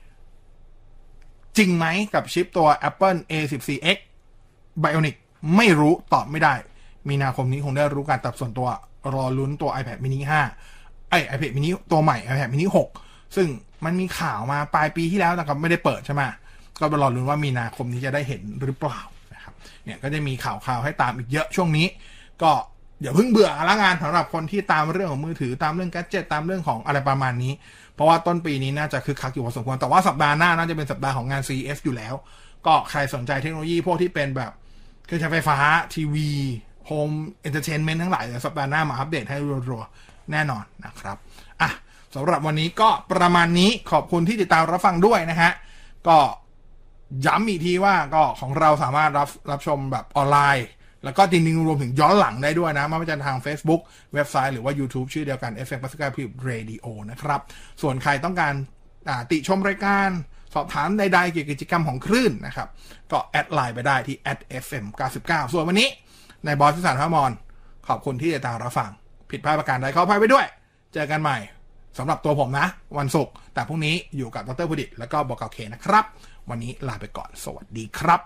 จริงไหมกับชิปตัว Apple A14X Bionic ไม่รู้ตอบไม่ได้มีนาคมนี้คงได้รู้การตัดส่วนตัวรอลุ้นตัว iPad mini 5 iPad mini ตัวใหม่ iPad mini 6ซึ่งมันมีข่าวมาปลายปีที่แล้วนะครับไม่ได้เปิดใช่ไหมก็รอลุ้นว่ามีนาคมนี้จะได้เห็นหรือเปล่านะครับเนี่ยก็จะมีข่าวให้ตามอีกเยอะช่วงนี้ก็อย่าเพิ่งเบื่อละงานสำหรับคนที่ตามเรื่องของมือถือตามเรื่องแกดเจ็ตตามเรื่องของอะไรประมาณนี้เพราะว่าต้นปีนี้น่าจะคึกคักอยู่พอสมควรแต่ว่าสัปดาห์หน้าน่าจะเป็นสัปดาห์ของงาน CES อยู่แล้วก็ใครสนใจเทคโนโลยีพวกที่เป็นแบบเครื่องใช้ไฟฟ้าทีวีโฮมเอนเตอร์เทนเมนต์ทั้งหลายเดี๋ยวสัปดาห์หน้ามาอัปเดตให้รัวๆแน่นอนนะครับอ่ะสำหรับวันนี้ก็ประมาณนี้ขอบคุณที่ติดตามรับฟังด้วยนะฮะก็ย้ำอีกทีว่าก็ของเราสามารถรับชมแบบออนไลน์แล้วก็จริงๆรวมถึงย้อนหลังได้ด้วยนะไม่ว่าจะทาง Facebook เว็บไซต์หรือว่า YouTube ชื่อเดียวกัน FM Pacific Radio นะครับส่วนใครต้องการติชมรายการสอบถามใดๆเกี่ยวกับกิจกรรมของคลื่นนะครับก็แอดไลน์ไปได้ที่ @fm99 ส่วนวันนี้ในบอสพิสารพมรขอบคุณที่ติดตามรับฟังผิดพลาดประการใดขออภัยไปด้วยเจอกันใหม่สำหรับตัวผมนะวันศุกร์แต่พรุ่งนี้อยู่กับดร.พุดิตแล้วก็บก.เคนะครับวันนี้ลาไปก่อนสวัสดีครับ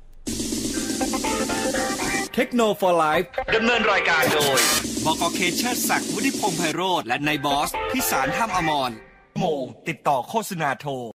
เทคโนโลยีไลฟ์ดำเนินรายการโดยบก.เคเชอร์ศักดิ์วุฒิพงษ์ไพโรจน์และนายบอสพิสารถ้ำอมรโมติดต่อโฆษณาโทร